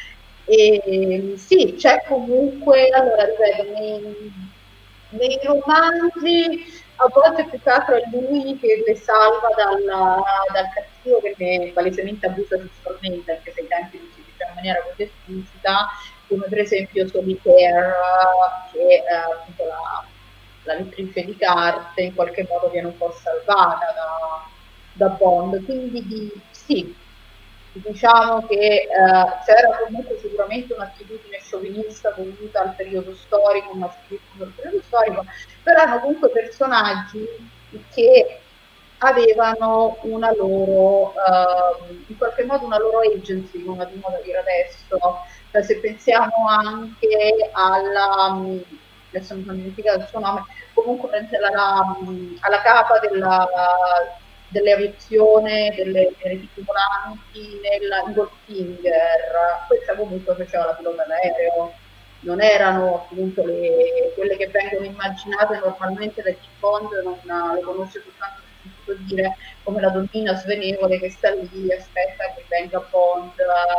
E sì, c'è comunque, allora ripeto, nei, nei romanzi a volte più che altro è lui che le salva dal, dal cattivo che le palesemente abusa sessualmente, anche se i tempi non si dice in maniera così esplicita, come per esempio Solitaire, che è appunto la, la lettrice di carte in qualche modo viene un po' salvata da, da Bond. Quindi sì, diciamo che eh, c'era comunque sicuramente un'attitudine sciovinista dovuta al periodo storico, un maschilismo del periodo storico, però erano comunque personaggi che avevano una loro, eh, in qualche modo una loro agency, come abbiamo da dire adesso. Cioè, se pensiamo anche alla, adesso mi sono dimenticato il suo nome, comunque alla, alla capa della delle aviazioni, delle tripulanti nel Goldfinger, questa comunque faceva la pilota d'aereo, non erano appunto le, quelle che vengono immaginate normalmente da chi Bond non le conosce soltanto per dire come la donnina svenevole che sta lì, aspetta che venga Bond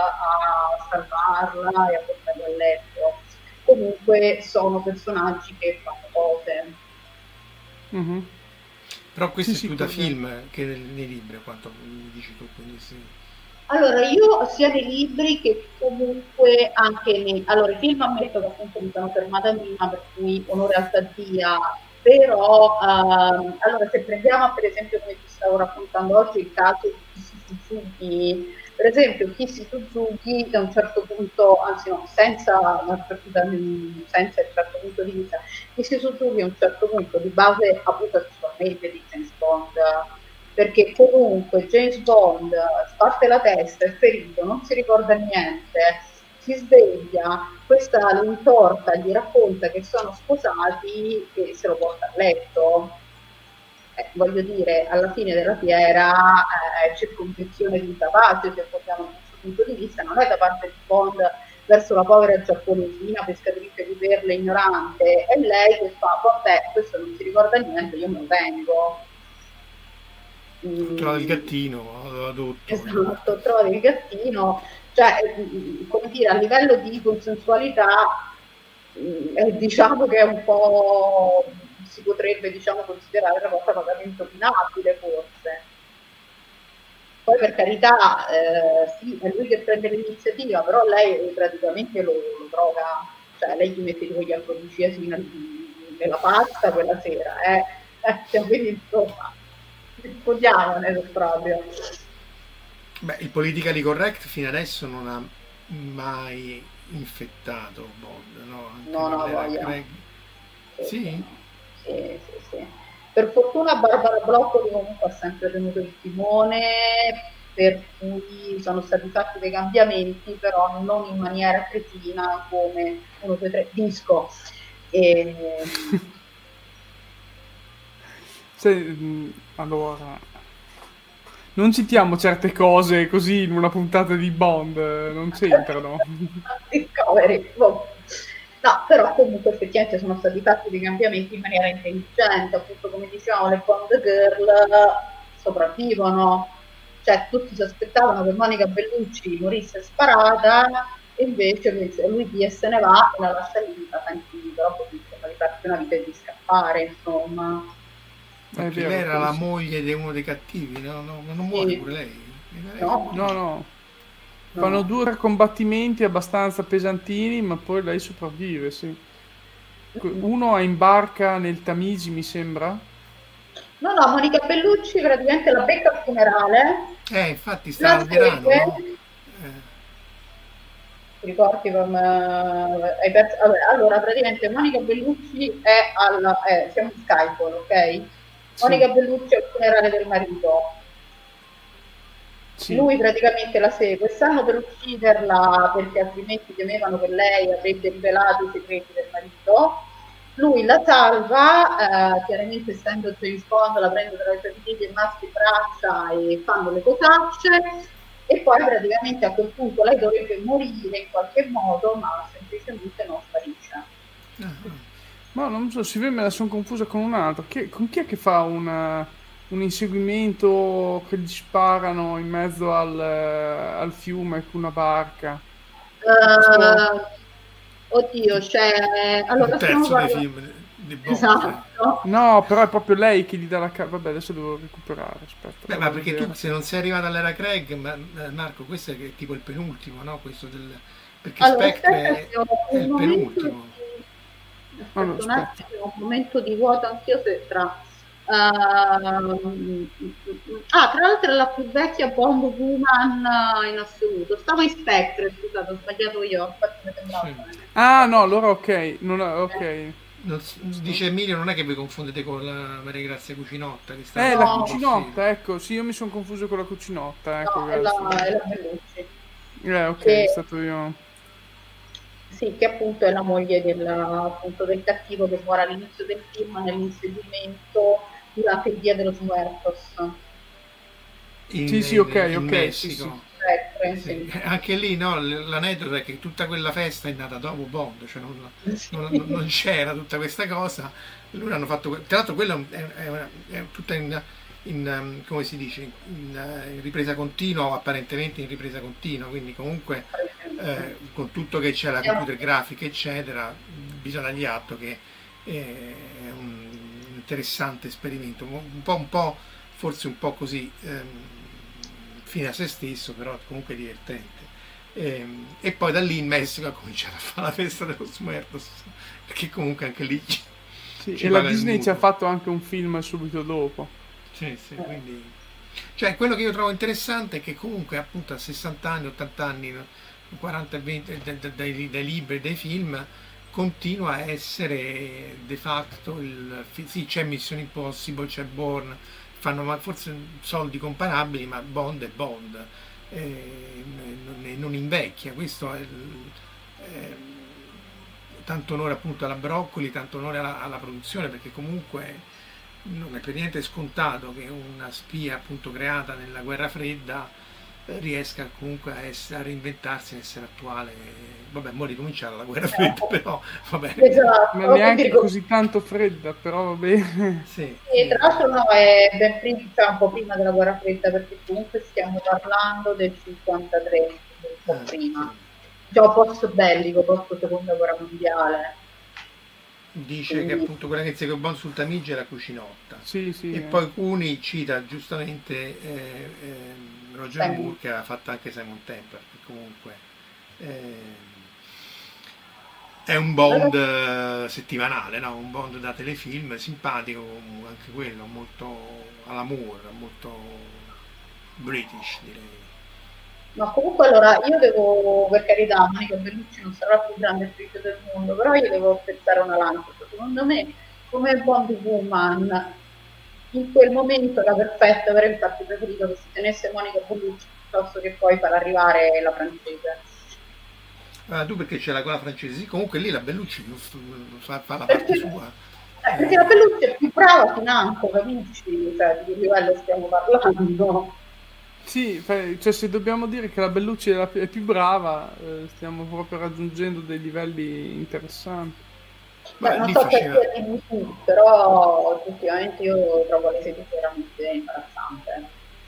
a salvarla e a portarla a letto. Comunque sono personaggi che fanno cose. Mm-hmm. Però questo sì, è più sì, da perché... film che nei libri, a quanto mi dici tu, quindi sì. Allora, io sia nei libri che comunque anche nei... Allora, i film ammetto che appunto mi sono fermata prima, per cui onore al Taddia, però ehm, allora se prendiamo per esempio come ti stavo raccontando oggi il caso di Kishi Suzuki, per esempio Kishi Suzuki da un certo punto, anzi no, senza, senza il certo punto di vista, Kishi Suzuki a un certo punto di base abusa sessualmente di James Bond, perché comunque James Bond sparge la testa, è ferito, non si ricorda niente, si sveglia, questa l'intorta gli racconta che sono sposati e se lo porta a letto. Eh, voglio dire, alla fine della fiera eh, circonvenzione di incapace, se vogliamo da questo punto di vista, non è da parte di Bond verso la povera giapponesina pescatrice di perle ignorante, è lei che fa, vabbè, questo non si ricorda niente, io me lo vengo. Ho trovato il gattino, l'ho adotto. Esatto, ho trovato il gattino, cioè, come dire, a livello di consensualità, eh, diciamo che è un po', si potrebbe, diciamo, considerare una cosa vagamente opinabile, forse. Poi, per carità, eh, sì, è lui che prende l'iniziativa, però lei praticamente lo, lo trova, cioè, lei gli mette quegli alcolici nella pasta quella sera, eh, eh quindi, insomma, rispondiamone proprio. Beh, il politically correct fino adesso non ha mai infettato Bond, no? Anche no, no, voglio. Craig... Sì? Sì, sì, sì, sì. Per fortuna Barbara Broccoli comunque ha sempre tenuto il timone, per cui sono stati fatti dei cambiamenti, però non in maniera cretina come uno, due, tre, disco. E... Se, allora, non citiamo certe cose così in una puntata di Bond, non c'entrano. Discovery. No, però comunque effettivamente sono stati fatti dei cambiamenti in maniera intelligente, appunto come dicevamo le Bond Girl sopravvivono, cioè tutti si aspettavano che Monica Bellucci morisse sparata e invece lui P se ne va e la lascia lì, la senti però così, insomma, di farsi una vita e di scappare, insomma. Perché lei era la moglie di uno dei cattivi, no? No, non muore pure lei? No, no, no. Fanno due combattimenti abbastanza pesantini, ma poi lei sopravvive, sì. Uno in barca nel Tamigi, mi sembra. No, no, Monica Bellucci praticamente la becca al funerale. Eh, infatti sta al verano, no? Eh. Ti ricordi come hai perso? Vabbè, allora praticamente Monica Bellucci è alla eh, siamo in Skyfall, ok? Monica sì. Bellucci è al funerale del marito. Sì. Lui praticamente la segue, stanno per ucciderla perché altrimenti temevano che lei avrebbe rivelato i segreti del marito. Lui la salva, eh, chiaramente essendo James Bond la prende tra le sue figlie, maschi e braccia e fanno le cosacce. E poi praticamente a quel punto lei dovrebbe morire in qualche modo, ma semplicemente non sparisce. Uh-huh. Ma non so, si vede, me la sono confusa con un altro. Che, con chi è che fa una, un inseguimento che gli sparano in mezzo al, al fiume con una barca? Uh, Uh, oddio, c'è... Allora, un terzo dei parlando... film di Bond. Esatto. No, però è proprio lei che gli dà la... Ca- Vabbè, adesso devo recuperare, aspetta. Beh, ma perché tu se non sei arrivato all'era Craig, ma, Marco, questo è tipo il penultimo, no? Questo del... Perché allora, Spectre è, aspetta, è il penultimo. Di... Allora, un attimo, un momento di vuoto anch'io se tra... Uh, ah, tra l'altro è la più vecchia Bond woman in assoluto. Stavo in Spectre, scusate, ho sbagliato io. Infatti mi sembrava. Sì. Ah, no, allora ok. Non è, ok. Non, dice Emilio, non è che vi confondete con la Maria Grazia Cucinotta che sta Eh, no. la cucinotta, ecco, sì, io mi sono confuso con la cucinotta, ecco. No, è la, è la Bellucci. Eh, ok, che, è stato io. Sì, che appunto è la moglie del, appunto, del cattivo che muore all'inizio del film nell'inseguimento durante il Dia de los Muertos. In, sì, sì, ok, in ok. Messico. Sì, sì. Spectre, sì. Sì. Anche lì no, l'aneddoto è che tutta quella festa è nata dopo Bond, cioè non, non, non c'era tutta questa cosa. Loro hanno fatto, tra l'altro quello è, è, una, è tutta in, in come si dice in, in ripresa continua o apparentemente in ripresa continua, quindi comunque eh, con tutto che c'è la computer grafica eccetera, bisogna dargli atto che è un interessante esperimento, un po', un po' forse un po' così ehm, fine a se stesso, però comunque divertente. E, e poi da lì in Messico ha cominciato a fare la festa dello Muertos, perché comunque anche lì ci, sì, ci e la Disney ci ha fatto anche un film subito dopo. Sì, sì, quindi cioè quello che io trovo interessante è che comunque appunto a sessanta anni, ottanta anni, quaranta venti dai, dai, dai libri, dai film, continua a essere de facto il sì, c'è Mission Impossible, c'è Bourne, fanno forse soldi comparabili, ma Bond è Bond, eh, non, non invecchia. Questo è, è tanto onore appunto alla Broccoli, tanto onore alla, alla produzione, perché comunque non è per niente scontato che una spia appunto creata nella guerra fredda riesca comunque a, essere, a reinventarsi, a essere attuale. Vabbè, mo' ricominciare la guerra fredda, però va bene. Esatto. Ma neanche così tanto fredda, però va bene. Sì, e tra l'altro no, è ben prima, un po' prima della guerra fredda, perché comunque stiamo parlando del cinquantatré, un po' eh, prima. Già post bellico, post seconda guerra mondiale. Dice Quindi... che appunto quella che insegue Bond sul Tamigi è la cucinotta. Sì, sì, e eh. poi Cuni cita giustamente eh, eh, Roger Simon. Moore, che ha fatto anche Simon Temper, che comunque eh, è un Bond eh, settimanale, no? Un Bond da telefilm, simpatico anche quello, molto alla Moore, molto British direi. Ma comunque allora io devo, per carità, Monica Bellucci non sarà la più grande attrice del mondo, però io devo spezzare una lancia. Secondo me, come Bond Woman, in quel momento era perfetta, avrei infatti preferito che si tenesse Monica Bellucci piuttosto che poi far arrivare la francese. Ah, tu perché c'è la quella francese? Sì, comunque lì la Bellucci fa, fa la parte Perché, sua. eh, perché la Bellucci è più brava financo, capisci? Cioè, di che livello stiamo parlando? Sì, cioè se dobbiamo dire che la Bellucci è, la, è più brava, eh, stiamo proprio raggiungendo dei livelli interessanti. Beh, non so faceva... perché di più, però effettivamente io trovo le sedute veramente imbarazzante.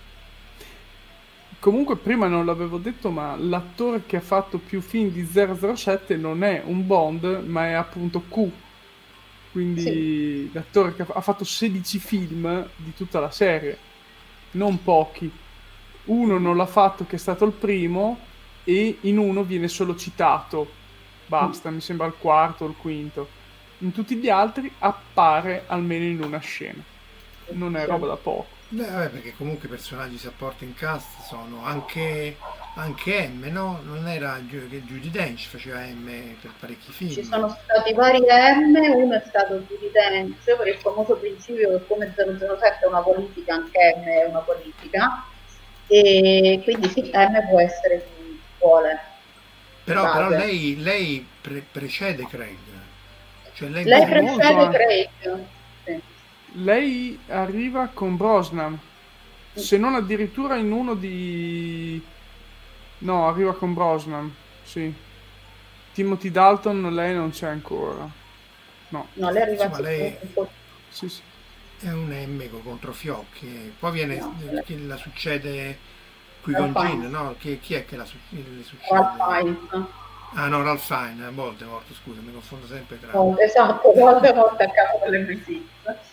Comunque prima non l'avevo detto, ma l'attore che ha fatto più film di zero zero sette non è un Bond, ma è appunto Q. Quindi sì. L'attore che ha fatto sedici film di tutta la serie, non pochi. Uno non l'ha fatto, che è stato il primo, e in uno viene solo citato. Basta, mm. mi sembra il quarto o il quinto. In tutti gli altri appare almeno in una scena. Non è roba da poco. Beh, vabbè, perché comunque i personaggi supporting cast sono anche, anche M, no? Non era che Judi Dench faceva M per parecchi film. Ci sono stati vari M, uno è stato Judi Dench per il famoso principio che come zero zero sette è una politica, anche M è una politica. E quindi sì, M può essere chi vuole. Però, però lei, lei pre- precede Craig. Cioè lei lei precede Craig. Sì. Lei arriva con Brosnan, se non addirittura in uno di... No, arriva con Brosnan, sì. Timothy Dalton lei non c'è ancora. No, no lei arriva Insomma, lei... Sì, sì. È un M con controfiocchi, poi viene no, che la succede qui Ralph con Gin, no? Chi, chi è che la su- le succede? Ralph Fiennes. Ah no, Ralph Fiennes, Voldemort, scusa, mi confondo sempre tra... Oh, esatto, Voldemort a capo delle British.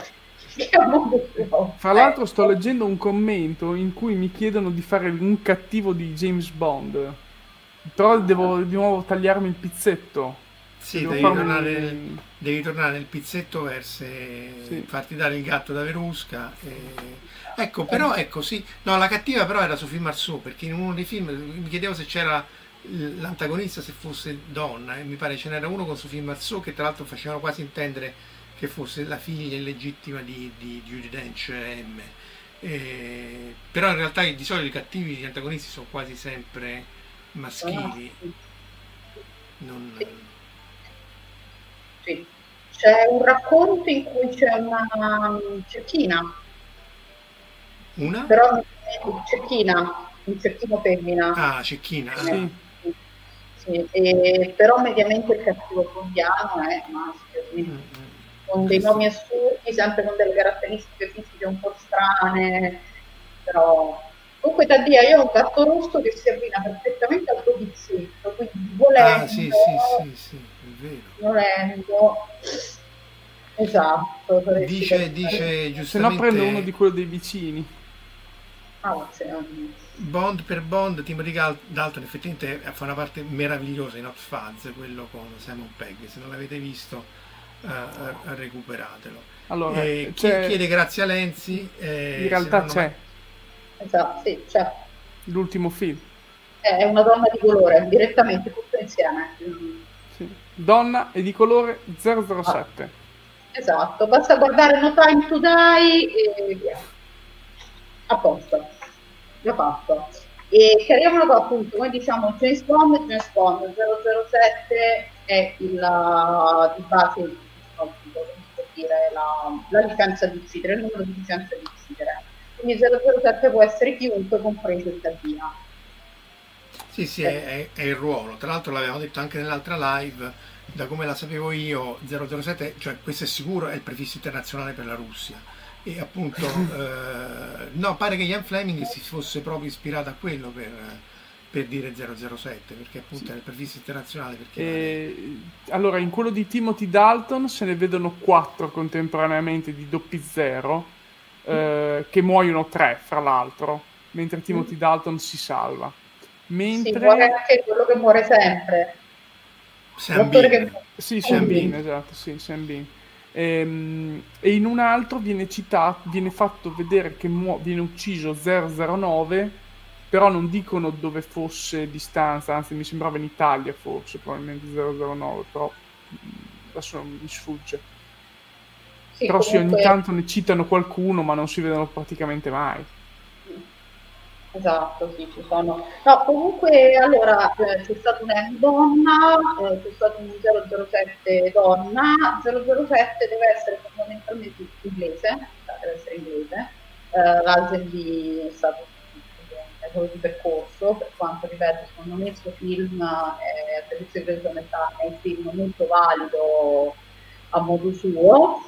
Fra l'altro sto leggendo un commento in cui mi chiedono di fare un cattivo di James Bond, però devo di nuovo tagliarmi il pizzetto. Sì, Devo devi farmi- tornare, nel, devi tornare nel pizzetto verso Sì. farti dare il gatto da Verusca. e- Ecco, però è così. No, la cattiva però era Sophie Marceau, perché in uno dei film mi chiedevo se c'era l- l'antagonista, se fosse donna, e mi pare ce n'era uno con Sophie Marceau che tra l'altro facevano quasi intendere che fosse la figlia illegittima di, di Judi Dench M. E- però in realtà di solito i cattivi, gli antagonisti sono quasi sempre maschili. Non... Sì. C'è un racconto in cui c'è una um, cecchina, Una? però cecchina, un cecchino femmina. Ah, Cecchina. ah. Sì. Sì, e- però mediamente il cattivo fondiano è maschio, Mm, quindi mm. con dei nomi assurdi, sempre con delle caratteristiche fisiche un po' strane, però... Comunque Taddia, io ho un gatto rosso che si abbina perfettamente al tuo pizzetto, quindi volendo, Ah, sì, sì, sì, sì, è vero. volendo, esatto. dovresti Dice, pensare- dice Se no giustamente prendo uno di quello dei vicini. Ah, c'è un- Bond per Bond, Timothy Gal- Dalton effettivamente fa una parte meravigliosa in Hot Fuzz, quello con Simon Pegg. Se non l'avete visto, eh, eh, recuperatelo. Allora, E chi- c'è- chiede grazie a Lenzi. eh, in realtà secondo c'è me- Esatto, sì, c'è. l'ultimo film. È una donna di colore, direttamente, tutto insieme. Mm. Sì. Donna e di colore zero zero sette. Esatto, basta guardare No Time to Die e via. A posto, l'ho fatto. E chiariamolo qua, appunto, noi diciamo James Bond, James Bond zero zero sette è il, di base, no, come si può dire, la, la licenza di uccidere, il numero di licenza di uccidere. Quindi zero zero sette può essere chiunque, compreso il Taddia. Sì, sì, è, è- è il ruolo. Tra l'altro l'avevamo detto anche nell'altra live, da come la sapevo io, zero zero sette, cioè questo è sicuro, è il prefisso internazionale per la Russia. E appunto, eh, no, pare che Ian Fleming si fosse proprio ispirato a quello per, per dire zero zero sette, perché appunto è il prefisso internazionale. Perché E, allora, in quello di Timothy Dalton se ne vedono quattro contemporaneamente di doppi zero, eh, che muoiono tre, fra l'altro, mentre Timothy Dalton si salva. Sì, Mentre... muore anche quello che muore sempre. Sam L'attore Bean. che- Sì, Sam Sam Bean. Bean, esatto, sì, Sam Bean. Ehm, E, in un altro viene citato, viene fatto vedere che muo- viene ucciso zero zero nove, però non dicono dove fosse di stanza, anzi mi sembrava in Italia forse, probabilmente zero zero nove, però mm, adesso mi sfugge. Sì, Però sì, ogni comunque- tanto ne citano qualcuno, ma non si vedono praticamente mai. Esatto, sì, ci sono. No, comunque, allora, eh, c'è stato un M donna, eh, c'è stato un zero zero sette donna, zero zero sette deve essere fondamentalmente inglese, cioè deve essere inglese, eh, Lazenby è stato è quello di percorso, per quanto ripeto, secondo me il suo film è per il segreto della metà, è un film molto valido a modo suo.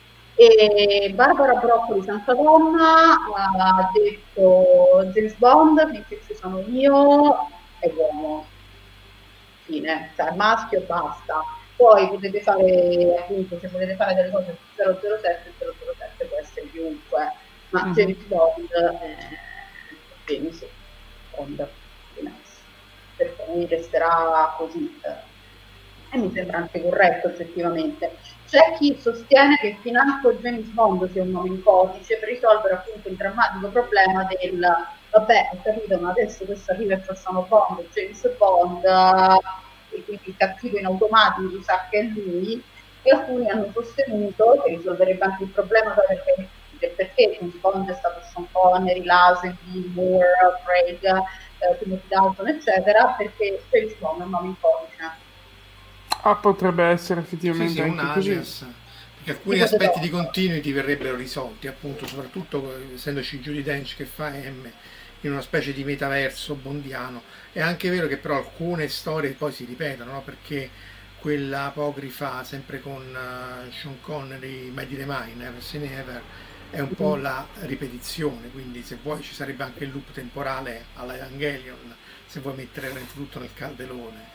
E Barbara Broccoli, Santa Donna, ha detto James Bond, finché ci sono io, è uomo. Fine, cioè maschio basta. Poi potete fare, appunto, se potete fare delle cose su zero zero sette, zero zero sette può essere chiunque, ma Mhm. James Bond è James Bond. Fine. Per cui resterà così. eh. E mi sembra anche corretto oggettivamente. C'è chi sostiene che financo James Bond sia un nome in codice per risolvere appunto il drammatico problema del vabbè, ho capito, ma adesso questo arriva e facciamo Bond, James Bond, eh, e quindi il cattivo in automatico sa che è lui, e alcuni hanno sostenuto che risolverebbe anche il problema perché, del perché James Bond è stato Sean Connery, Lazenby, Moore, Craig, eh, Timothy Dalton, eccetera, perché James Bond è un nome in codice. Ah, potrebbe essere Sì, effettivamente sì, un anche così. alias. Perché alcuni Tipo aspetti The di Dog. continuity verrebbero risolti, appunto, soprattutto eh, essendoci Judi Dench che fa M in una specie di metaverso bondiano. È anche vero che però alcune storie poi si ripetono, no? Perché quella apocrifa sempre con uh, Sean Connery, mai dire mai, Never Say Never, è un po' la ripetizione, quindi se vuoi ci sarebbe anche il loop temporale alla Evangelion, se vuoi mettere tutto nel calderone.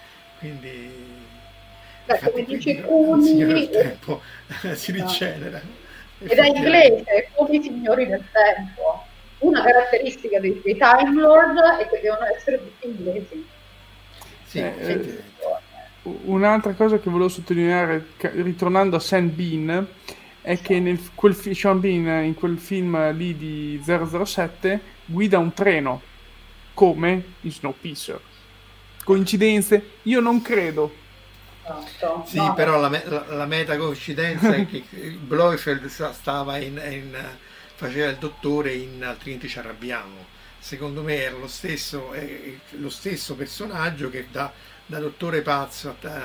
quindi Beh, infatti come qui dice dicono, il signore del Cuni, tempo si no. rigenera. ed è inglese, come i signori del tempo. Una caratteristica dei, dei Time Lord è che devono essere tutti inglesi. Sì, Eh, effettivamente. Un'altra cosa che volevo sottolineare, ca- ritornando a Sean Bean, è che nel quel fi- Sean Bean in quel film lì di zero zero sette guida un treno come in Snowpiercer. Coincidenze? Io non credo. Esatto. Sì, No, però la, me- la, la meta coincidenza è che Blofeld sta- stava in, in, faceva il dottore in Altrimenti ci arrabbiamo. Secondo me era lo stesso, è lo stesso personaggio che da, da dottore pazzo eh,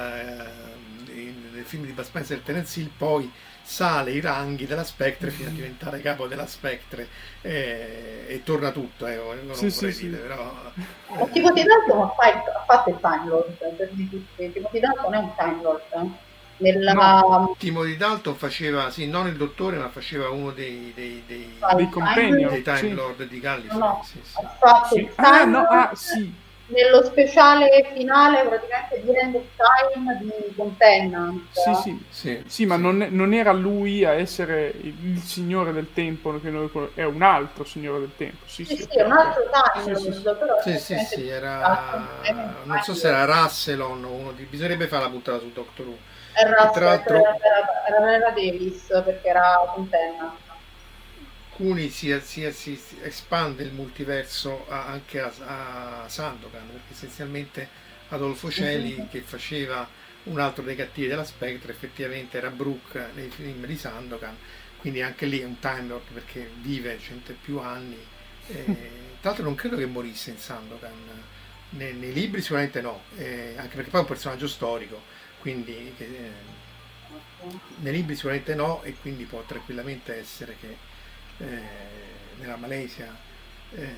in- nel film di Bud Spencer e Terence Hill poi sale i ranghi della Spectre fino a diventare capo della Spectre eh, e torna tutto, eh, non Sì, vorrei sì, dire, sì. però Ma Timothy Dalton ha fa- ha fatto il Time Lord, per di tutti. Timothy Dalton è un Time Lord. eh. Nella No. Timothy Dalton faceva, sì, non il dottore, ma faceva uno dei, dei, dei, fa il Dei Time companion. Lord. dei Time Sì. Lord di Gallifrey. No, no, Sì, sì. ha fatto Sì. il Ah, Time no, Lord ah, sì. nello speciale finale praticamente di End of Time di Contenant. Sì, sì. Sì, Sì, ma sì. non, non era lui a essere il, il signore del tempo, che noi, è un altro signore del tempo. Sì, Sì, sì, sì, è un ok, altro ok. Time Sì, Lord, sì, sì. però Sì, sì, effettivamente sì, Timothy era, Dalton è un non so Time se era Lord. Russellon o uno di, bisognerebbe fare la puntata su Doctor Who. Era, E tra l'altro era, era, era Davis perché era Contenant. Cuni si, si, si, si espande il multiverso a- anche a, a Sandokan, perché essenzialmente Adolfo Celi, che faceva un altro dei cattivi della Spectre, effettivamente era Brooke nei film di Sandokan, quindi anche lì è un Time Lord perché vive cento e più anni. Eh, tra l'altro non credo che morisse in Sandokan, nei, nei libri sicuramente no, eh, anche perché poi è un personaggio storico, quindi eh, nei libri sicuramente no, e quindi può tranquillamente essere che eh, nella Malesia eh,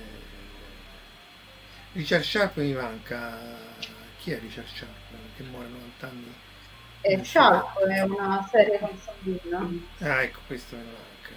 Richard Sharp mi manca. Chi è Richard Sharp? Che muore a novanta anni. E nel Sharp film. è una serie con Sabina. Ah, ecco, questo mi manca.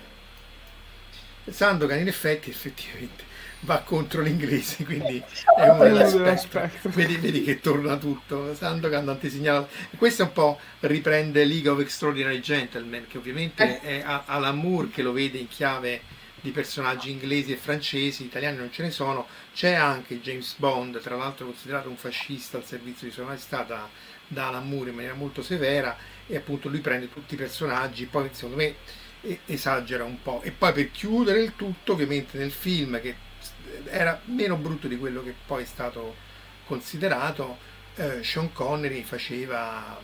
Sandokan in effetti effettivamente va contro l'inglese, quindi è uno della Uno della Spectre. Spectre. Vedi, vedi che torna tutto. Sandokan antisegnalato. E questo un po' riprende League of Extraordinary Gentlemen, che ovviamente è a- Alan Moore che lo vede in chiave di personaggi inglesi e francesi, italiani non ce ne sono. C'è anche James Bond, tra l'altro considerato un fascista al servizio di Sua Maestà da, da Alan Moore in maniera molto severa, e appunto lui prende tutti i personaggi, poi secondo me e- esagera un po'. E poi per chiudere il tutto, ovviamente nel film, che era meno brutto di quello che poi è stato considerato, eh, Sean Connery faceva,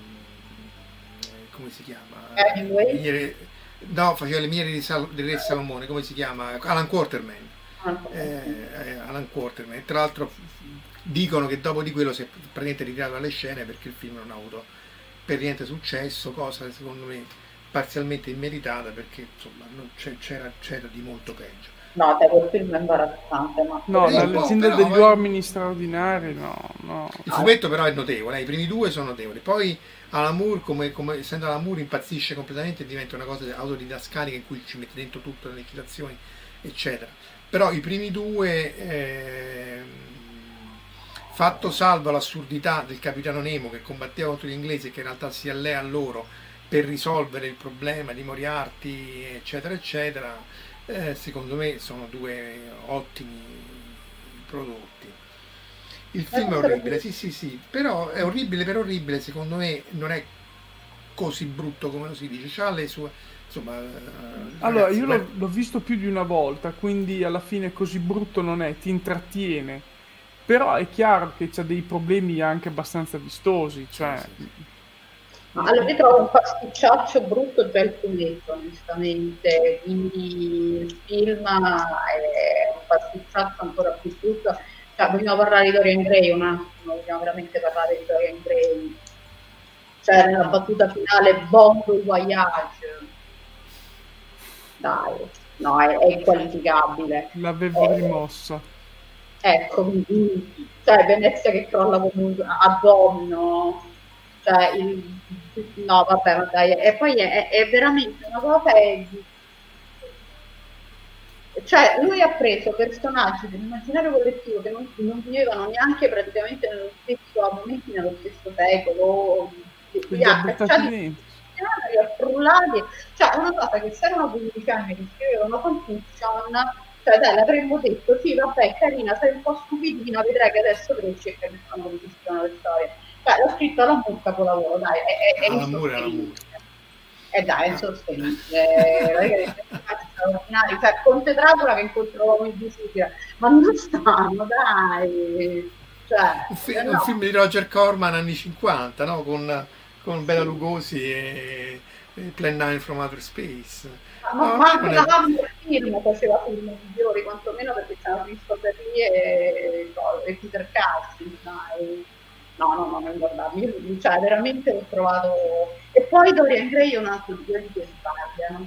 mm, come si chiama? Hemingway? Miniere- no, faceva le miniere di Sal- del Re Salomone, come si chiama? Alan Quatermain. Eh, eh, Alan Quatermain. Tra l'altro f- dicono che dopo di quello si è praticamente ritirato dalle scene perché il film non ha avuto per niente successo, cosa che secondo me parzialmente immeritata, perché insomma non c'è- c'era, c'era di molto peggio. No, dai, quel film è imbarazzante, ma No, Eh, la un po', leggenda però, degli vai- uomini straordinari, no, no. Il fumetto però è notevole, eh, i primi due sono notevoli, poi Alan Moore, come, come, essendo Alan Moore, impazzisce completamente e diventa una cosa autodidascalica in cui ci mette dentro tutte le citazioni, eccetera. Però i primi due, ehm, fatto salvo l'assurdità del capitano Nemo che combatteva contro gli inglesi e che in realtà si allea a loro per risolvere il problema di Moriarty, eccetera, eccetera, eh, secondo me sono due ottimi prodotti. Il film è orribile, sì, sì, sì, però è orribile per orribile, secondo me non è così brutto come lo si dice, c'ha le sue, insomma, eh, Allora, ragazzi, io beh, l'ho, l'ho visto più di una volta, quindi alla fine così brutto non è, ti intrattiene. Però è chiaro che c'ha dei problemi anche abbastanza vistosi, cioè... sì, sì. Ma allora io trovo un pasticciaccio brutto già il fumetto, onestamente, quindi il film è un pasticciaccio ancora più brutto. Cioè, vogliamo parlare di Dorian Gray un attimo, vogliamo veramente parlare di Dorian Gray. Cioè, nella battuta finale, bon voyage. Dai, no, è, è inqualificabile. L'avevo Eh, rimossa. Ecco, quindi, cioè Venezia che crolla comunque a domino, cioè il, no vabbè, ma dai, e poi è, è veramente una cosa, è, cioè lui ha preso personaggi dell'immaginario collettivo che non, non vivevano neanche praticamente nello stesso, a momenti nello stesso secolo, Li ha buttati dentro. li ha frullati, cioè una cosa che se erano quindici anni che scrivevano fanfiction, cioè dai, l'avremmo detto, sì vabbè carina, sei un po' stupidina, vedrai che adesso cresce e capisci quando ti scrivono le storie. Cioè l'ho scritto alla Moore, capolavoro, dai, è, è, è alla Moore, alla Moore. Eh dai, è insostenibile, cioè Conte Dracula che incontra l'uomo invisibile, ma non stanno, dai, cioè, un, fi- no. un film di Roger Corman anni cinquanta, no? con, con Bela Lugosi e, e Plan nine from Outer Space. Ma, no, ma anche è... la Hammer film faceva film migliori, quantomeno perché c'erano Christopher Lee e, e Peter Cushing, dai. No, no, no, non guardabile, cioè veramente l'ho trovato. E poi Dorian Gray è un altro di quelli che sbagliano.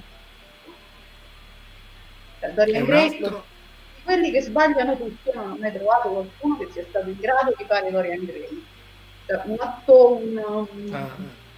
Cioè, Dorian Gray altro... lo... di quelli che sbagliano tutti, io non ho mai trovato qualcuno che sia stato in grado di fare Dorian Gray. Cioè, un atto, un, un... Ah.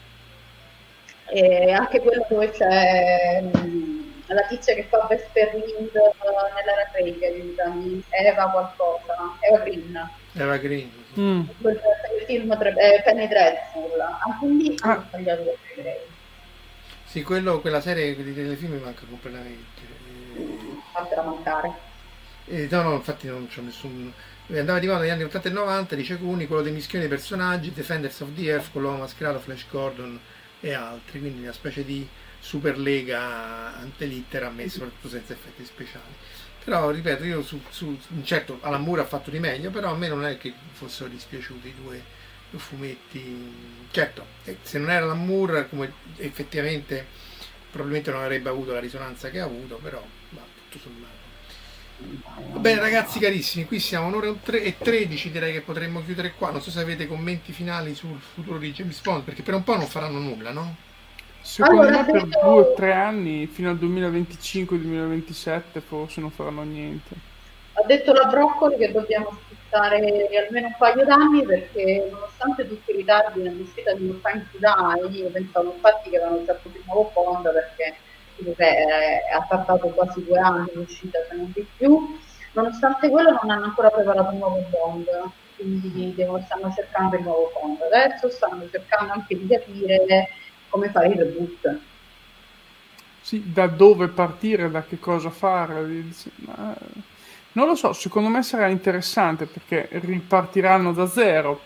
E anche quello dove c'è mh, la tizia che fa Vesper Lind nell'era Craig, aiutami, Eva qualcosa, Eva Green. Eva Green. Mm. Quel film eh, Penny Dreadful, anche lì ah. hanno sbagliato le Grey. Sì, quello, quella serie di telefilm mi manca completamente. Fatela mancare. Eh, no, no, infatti non c'ho nessun. Andava di moda negli anni ottanta e novanta, dice Cuni, quello dei mischioni dei personaggi, Defenders of the Earth, con l'uomo mascherato, Flash Gordon e altri, quindi una specie di Superlega antelittera, me soprattutto senza effetti speciali. Però ripeto, io su, su certo Alan Moore ha fatto di meglio, però a me non è che fossero dispiaciuti i due, due fumetti. Certo, se non era Alan Moore, come effettivamente probabilmente non avrebbe avuto la risonanza che ha avuto, però va, tutto sommato. Va bene ragazzi carissimi, qui siamo un'ora e tredici, direi che potremmo chiudere qua. Non so se avete commenti finali sul futuro di James Bond, perché per un po' non faranno nulla, no? Secondo allora, me per io... due o tre anni, fino al duemilaventicinque duemilaventisette, forse non faranno niente. Ha detto la Broccoli che dobbiamo aspettare almeno un paio d'anni, perché nonostante tutti i ritardi nell'uscita di No Time to Die, io pensavo infatti che avevano già fatto il nuovo Bond, perché eh, ha tardato quasi due anni l'uscita, se non di più. Nonostante quello non hanno ancora preparato un nuovo Bond, quindi devo, stanno cercando il nuovo Bond. Adesso stanno cercando anche di capire come fare il reboot. Sì, da dove partire, da che cosa fare. Ma non lo so, secondo me sarà interessante perché ripartiranno da zero.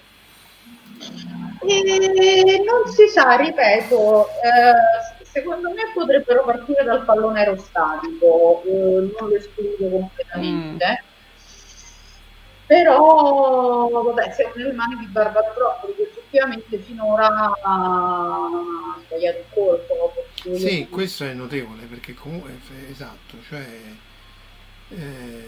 E non si sa, ripeto, eh, secondo me potrebbero partire dal pallone aerostatico, eh, non lo escludo completamente. Mm. Però, vabbè, siamo nelle mani di Barbara Broccoli, che effettivamente finora ha sbagliato il colpo. Sì, questo è notevole, perché comunque, esatto, cioè eh,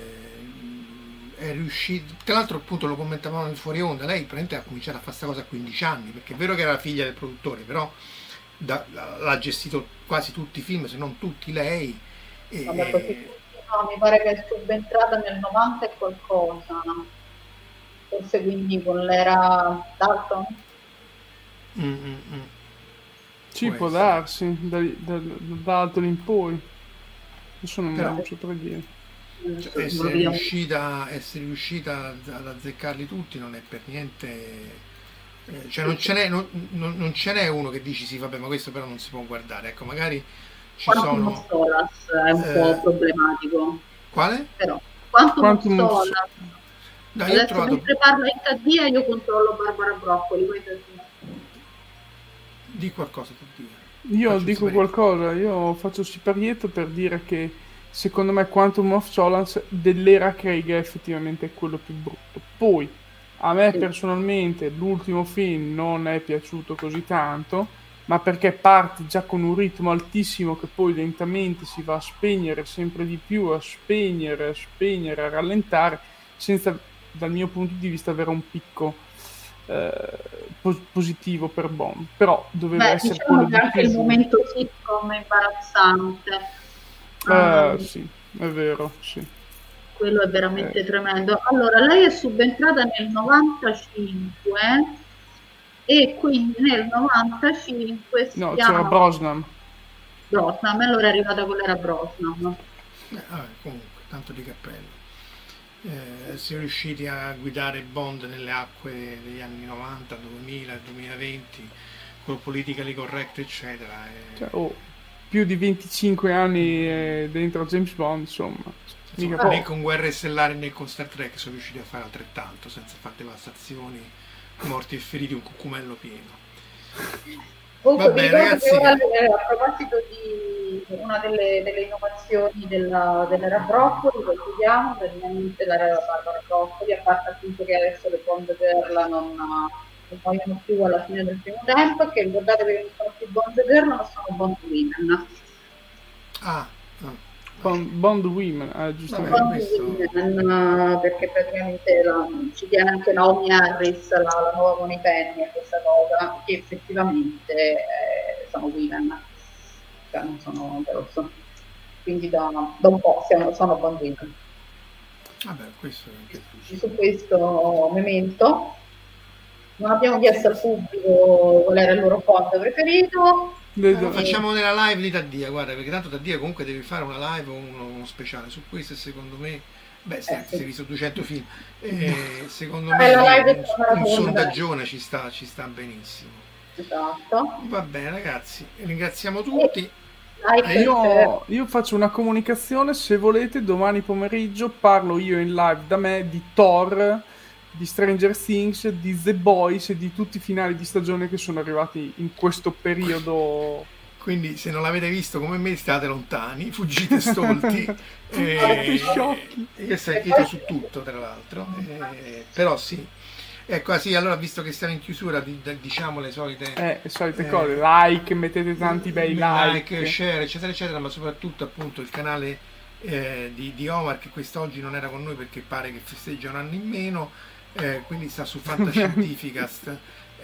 è riuscito, tra l'altro appunto lo commentavamo in fuori onda, lei praticamente ha cominciato a fare questa cosa a quindici anni, perché è vero che era la figlia del produttore, però da, l'ha gestito quasi tutti i film, se non tutti lei. E, Vabbè, così. No, mi pare che è subentrata nel novanta e qualcosa, forse quindi con l'era Dalton. Mm, mm, mm. Sì, può, può darsi, da, da, da Dalton in poi. Adesso non me lo saprei dire. Cioè, essere, riuscita, essere riuscita ad azzeccarli tutti non è per niente. Eh, cioè non ce n'è, non, non, non ce n'è uno che dici sì, vabbè, ma questo però non si può guardare. Ecco, magari. Ci Quantum sono Solas è un eh, po' problematico. Quale? Però Quantum, Quantum Solas. No, adesso trovato... mentre parla in Taddia io controllo Barbara Broccoli. Di qualcosa Taddia. Io faccio dico qualcosa, io faccio siparietto per dire che secondo me Quantum of Solace dell'era Craig è effettivamente quello più brutto. Poi a me sì. personalmente l'ultimo film non è piaciuto così tanto, ma perché parte già con un ritmo altissimo che poi lentamente si va a spegnere sempre di più, a spegnere, a spegnere, a rallentare, senza dal mio punto di vista avere un picco eh, pos- positivo per Bond. Però doveva Beh, essere diciamo quello che di anche più. Il momento sitcom è imbarazzante. Eh, um, sì, è vero, sì. Quello è veramente eh. tremendo. Allora, lei è subentrata nel novantacinque e quindi nel novantacinque no, c'era Brosnan. Brosnan, allora è arrivata con l'era Brosnan. Eh, vabbè, comunque, tanto di cappello. eh, siamo riusciti a guidare Bond nelle acque degli anni novanta, duemila, duemilaventi, con politically correct, eccetera. E... Cioè, oh, più di venticinque anni eh, dentro James Bond, insomma. Insomma, Mica né poco. con Guerre Stellari né con Star Trek sono riusciti a fare altrettanto, senza fare devastazioni, morti e feriti, un cucumello pieno. Comunque, Va vi bene, ricordo ragazzi. che ora, eh, a proposito di una delle, delle innovazioni della, dell'era Broccoli, lo chiudiamo, praticamente l'era Barbara Broccoli, a parte appunto che adesso le Bond Girl non, non vogliono più alla fine del primo tempo, che ricordatevi che non sono più Bond Girl, ma sono Bond Women. Ah, ah. Bond, Bond Women, eh, giustamente. Vabbè, Bond questo- Women, perché praticamente la, ci tiene anche Naomi Harris, la, la nuova Connie Penny, a questa cosa, che effettivamente eh, sono women, cioè non sono grosso. Quindi da, da un po' siamo, sono Bond Women. Vabbè, questo è anche Su questo memento non abbiamo chiesto al pubblico qual era il loro Bond preferito. Le- Lo facciamo nella live di Taddia, guarda, perché tanto Taddia comunque devi fare una live o uno, uno speciale su questo, e secondo me, beh, se, Eh, sì. si è visto duecento film, e secondo Eh, me la live un, è stata un buona, sondaggione ci sta, ci sta benissimo. Esatto. Va bene ragazzi, ringraziamo tutti. Like, Eh, Io, io faccio una comunicazione, se volete domani pomeriggio parlo io in live da me di Thor, di Stranger Things, di The Boys e di tutti i finali di stagione che sono arrivati in questo periodo. Quindi se non l'avete visto come me state lontani, fuggite stolti. Che sciocchi. Io sentito su tutto tra l'altro, eh, però sì. Ecco, ah, sì, allora visto che siamo in chiusura, di- di- diciamo le solite Eh, le solite Eh, cose, like, mettete tanti bei like. share, eccetera, eccetera, ma soprattutto appunto il canale eh, di, di Omar, che quest'oggi non era con noi perché pare che festeggia un anno in meno, eh, quindi sta su Fantascientificast,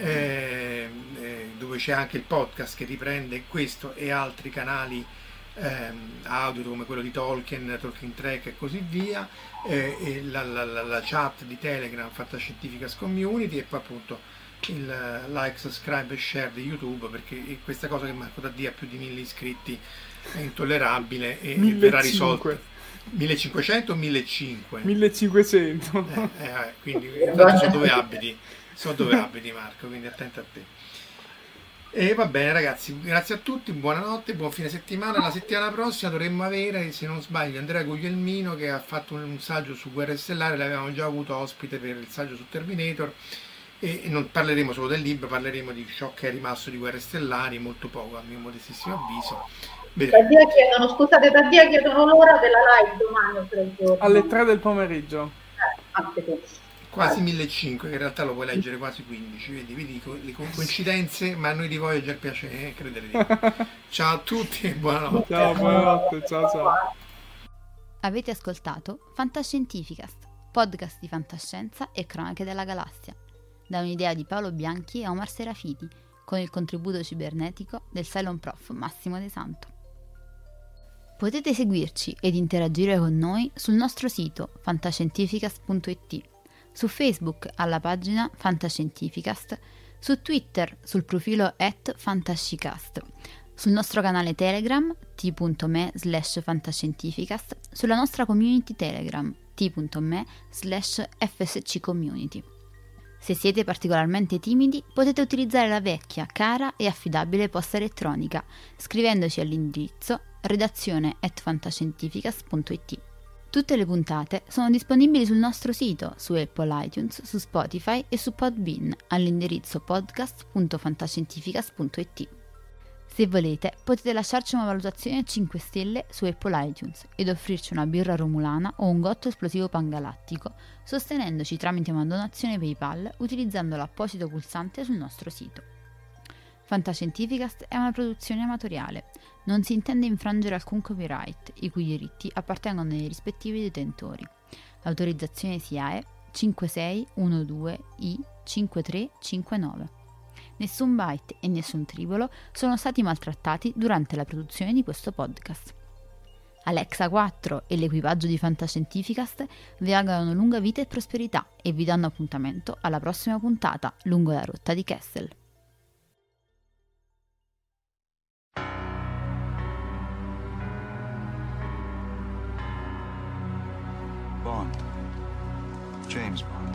eh, eh, dove c'è anche il podcast che riprende questo e altri canali ehm, audio come quello di Tolkien, Tolkien Trek e così via, eh, e la, la- la- la chat di Telegram Fantascientificast Community, e poi appunto il eh, like, subscribe e share di YouTube, perché questa cosa che Marco Taddia ha più di mille iscritti è intollerabile e verrà risolta. millecinquecento o millecinquecento? millecinquecento. Eh, eh, quindi tanto so dove abiti, so dove abiti Marco, quindi attento a te. E va bene ragazzi, grazie a tutti, buonanotte, buon fine settimana. La settimana prossima dovremmo avere, se non sbaglio, Andrea Guglielmino, che ha fatto un, un saggio su Guerre Stellari, l'avevamo già avuto ospite per il saggio su Terminator, e, e non parleremo solo del libro, parleremo di ciò che è rimasto di Guerre Stellari, molto poco a mio modestissimo avviso. Vedremo. Taddia chiedono, scusate, Taddia chiedono l'ora della live domani o tre giorni. Alle tre del pomeriggio. Eh, anche tu. Quasi millecinquecento, che in realtà lo puoi leggere quasi quindici, vedi, vedi co- le co- coincidenze, ma a noi di Voyager piace eh, credere di più. Ciao a tutti e buonanotte. Ciao, buonanotte, ciao ciao. Avete ascoltato Fantascientificast, podcast di fantascienza e cronache della galassia, da un'idea di Paolo Bianchi e Omar Serafiti, con il contributo cibernetico del Cylon Prof Massimo De Santo. Potete seguirci ed interagire con noi sul nostro sito fantascientificast punto it, su Facebook alla pagina Fantascientificast, su Twitter sul profilo at fantascicast, sul nostro canale Telegram t.me slash fantascientificast, sulla nostra community Telegram t.me slash fsccommunity. Se siete particolarmente timidi, potete utilizzare la vecchia, cara e affidabile posta elettronica, scrivendoci all'indirizzo redazione at fantascientificast punto it. Tutte le puntate sono disponibili sul nostro sito, su Apple iTunes, su Spotify e su Podbean all'indirizzo podcast punto fantascientificast punto it. Se volete, potete lasciarci una valutazione a cinque stelle su Apple iTunes ed offrirci una birra romulana o un gotto esplosivo pangalattico, sostenendoci tramite una donazione PayPal utilizzando l'apposito pulsante sul nostro sito. Fantascientificast è una produzione amatoriale. Non si intende infrangere alcun copyright, i cui diritti appartengono ai rispettivi detentori. L'autorizzazione S I A E cinque sei uno due I cinque tre cinque nove. Nessun byte e nessun tribolo sono stati maltrattati durante la produzione di questo podcast. Alexa quattro e l'equipaggio di Fantascientificast vi augurano lunga vita e prosperità e vi danno appuntamento alla prossima puntata lungo la rotta di Kessel. Bond. James Bond.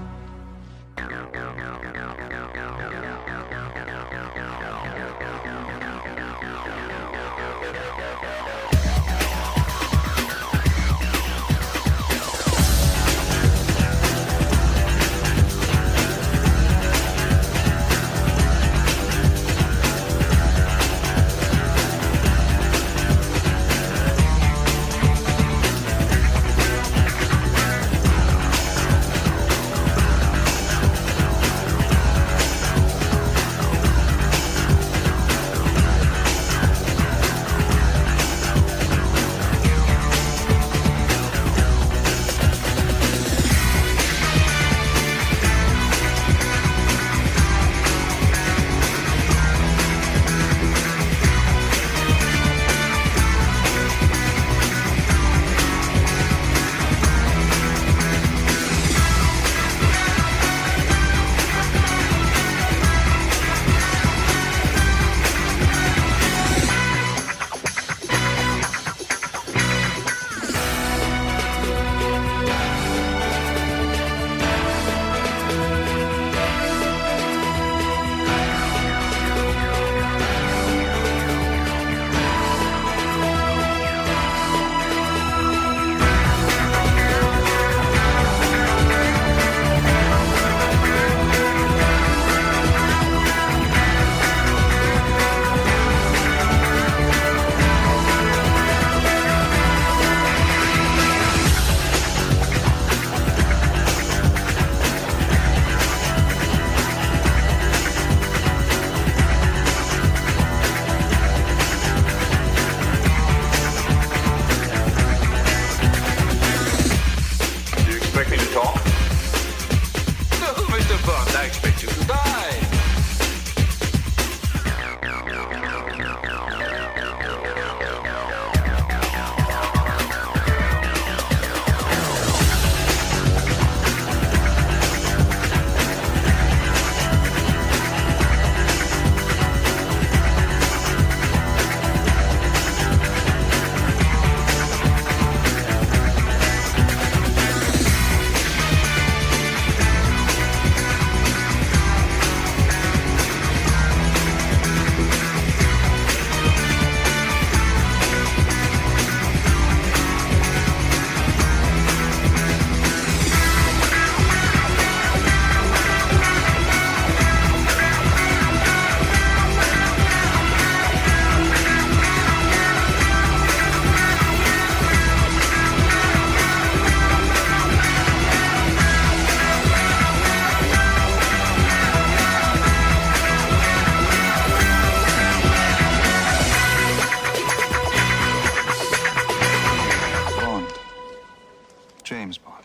James Bond.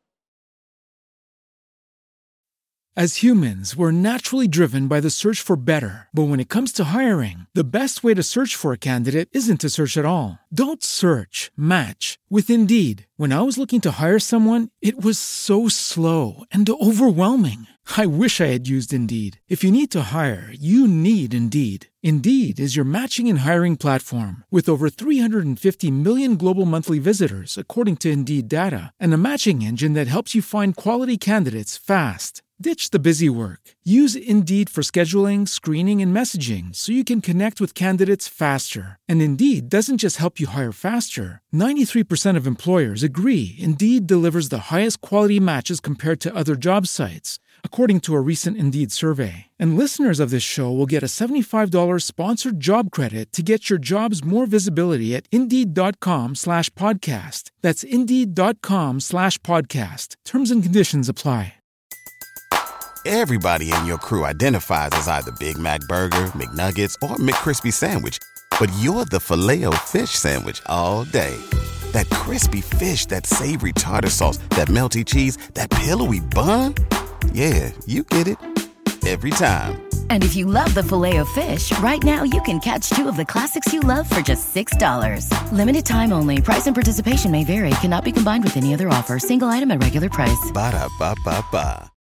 As humans, we're naturally driven by the search for better. But when it comes to hiring, the best way to search for a candidate isn't to search at all. Don't search, match with Indeed. When I was looking to hire someone, it was so slow and overwhelming. I wish I had used Indeed. If you need to hire, you need Indeed. Indeed is your matching and hiring platform with over three hundred fifty million global monthly visitors, according to Indeed data, and a matching engine that helps you find quality candidates fast. Ditch the busy work. Use Indeed for scheduling, screening, and messaging so you can connect with candidates faster. And Indeed doesn't just help you hire faster. ninety-three percent of employers agree Indeed delivers the highest quality matches compared to other job sites, according to a recent Indeed survey. And listeners of this show will get a seventy-five dollars sponsored job credit to get your jobs more visibility at Indeed.com slash podcast. That's Indeed.com slash podcast. Terms and conditions apply. Everybody in your crew identifies as either Big Mac Burger, McNuggets, or McCrispy Sandwich. But you're the Filet-O-Fish Sandwich all day. That crispy fish, that savory tartar sauce, that melty cheese, that pillowy bun. Yeah, you get it. Every time. And if you love the Filet-O-Fish, right now you can catch two of the classics you love for just six dollars. Limited time only. Price and participation may vary. Cannot be combined with any other offer. Single item at regular price. Ba-da-ba-ba-ba.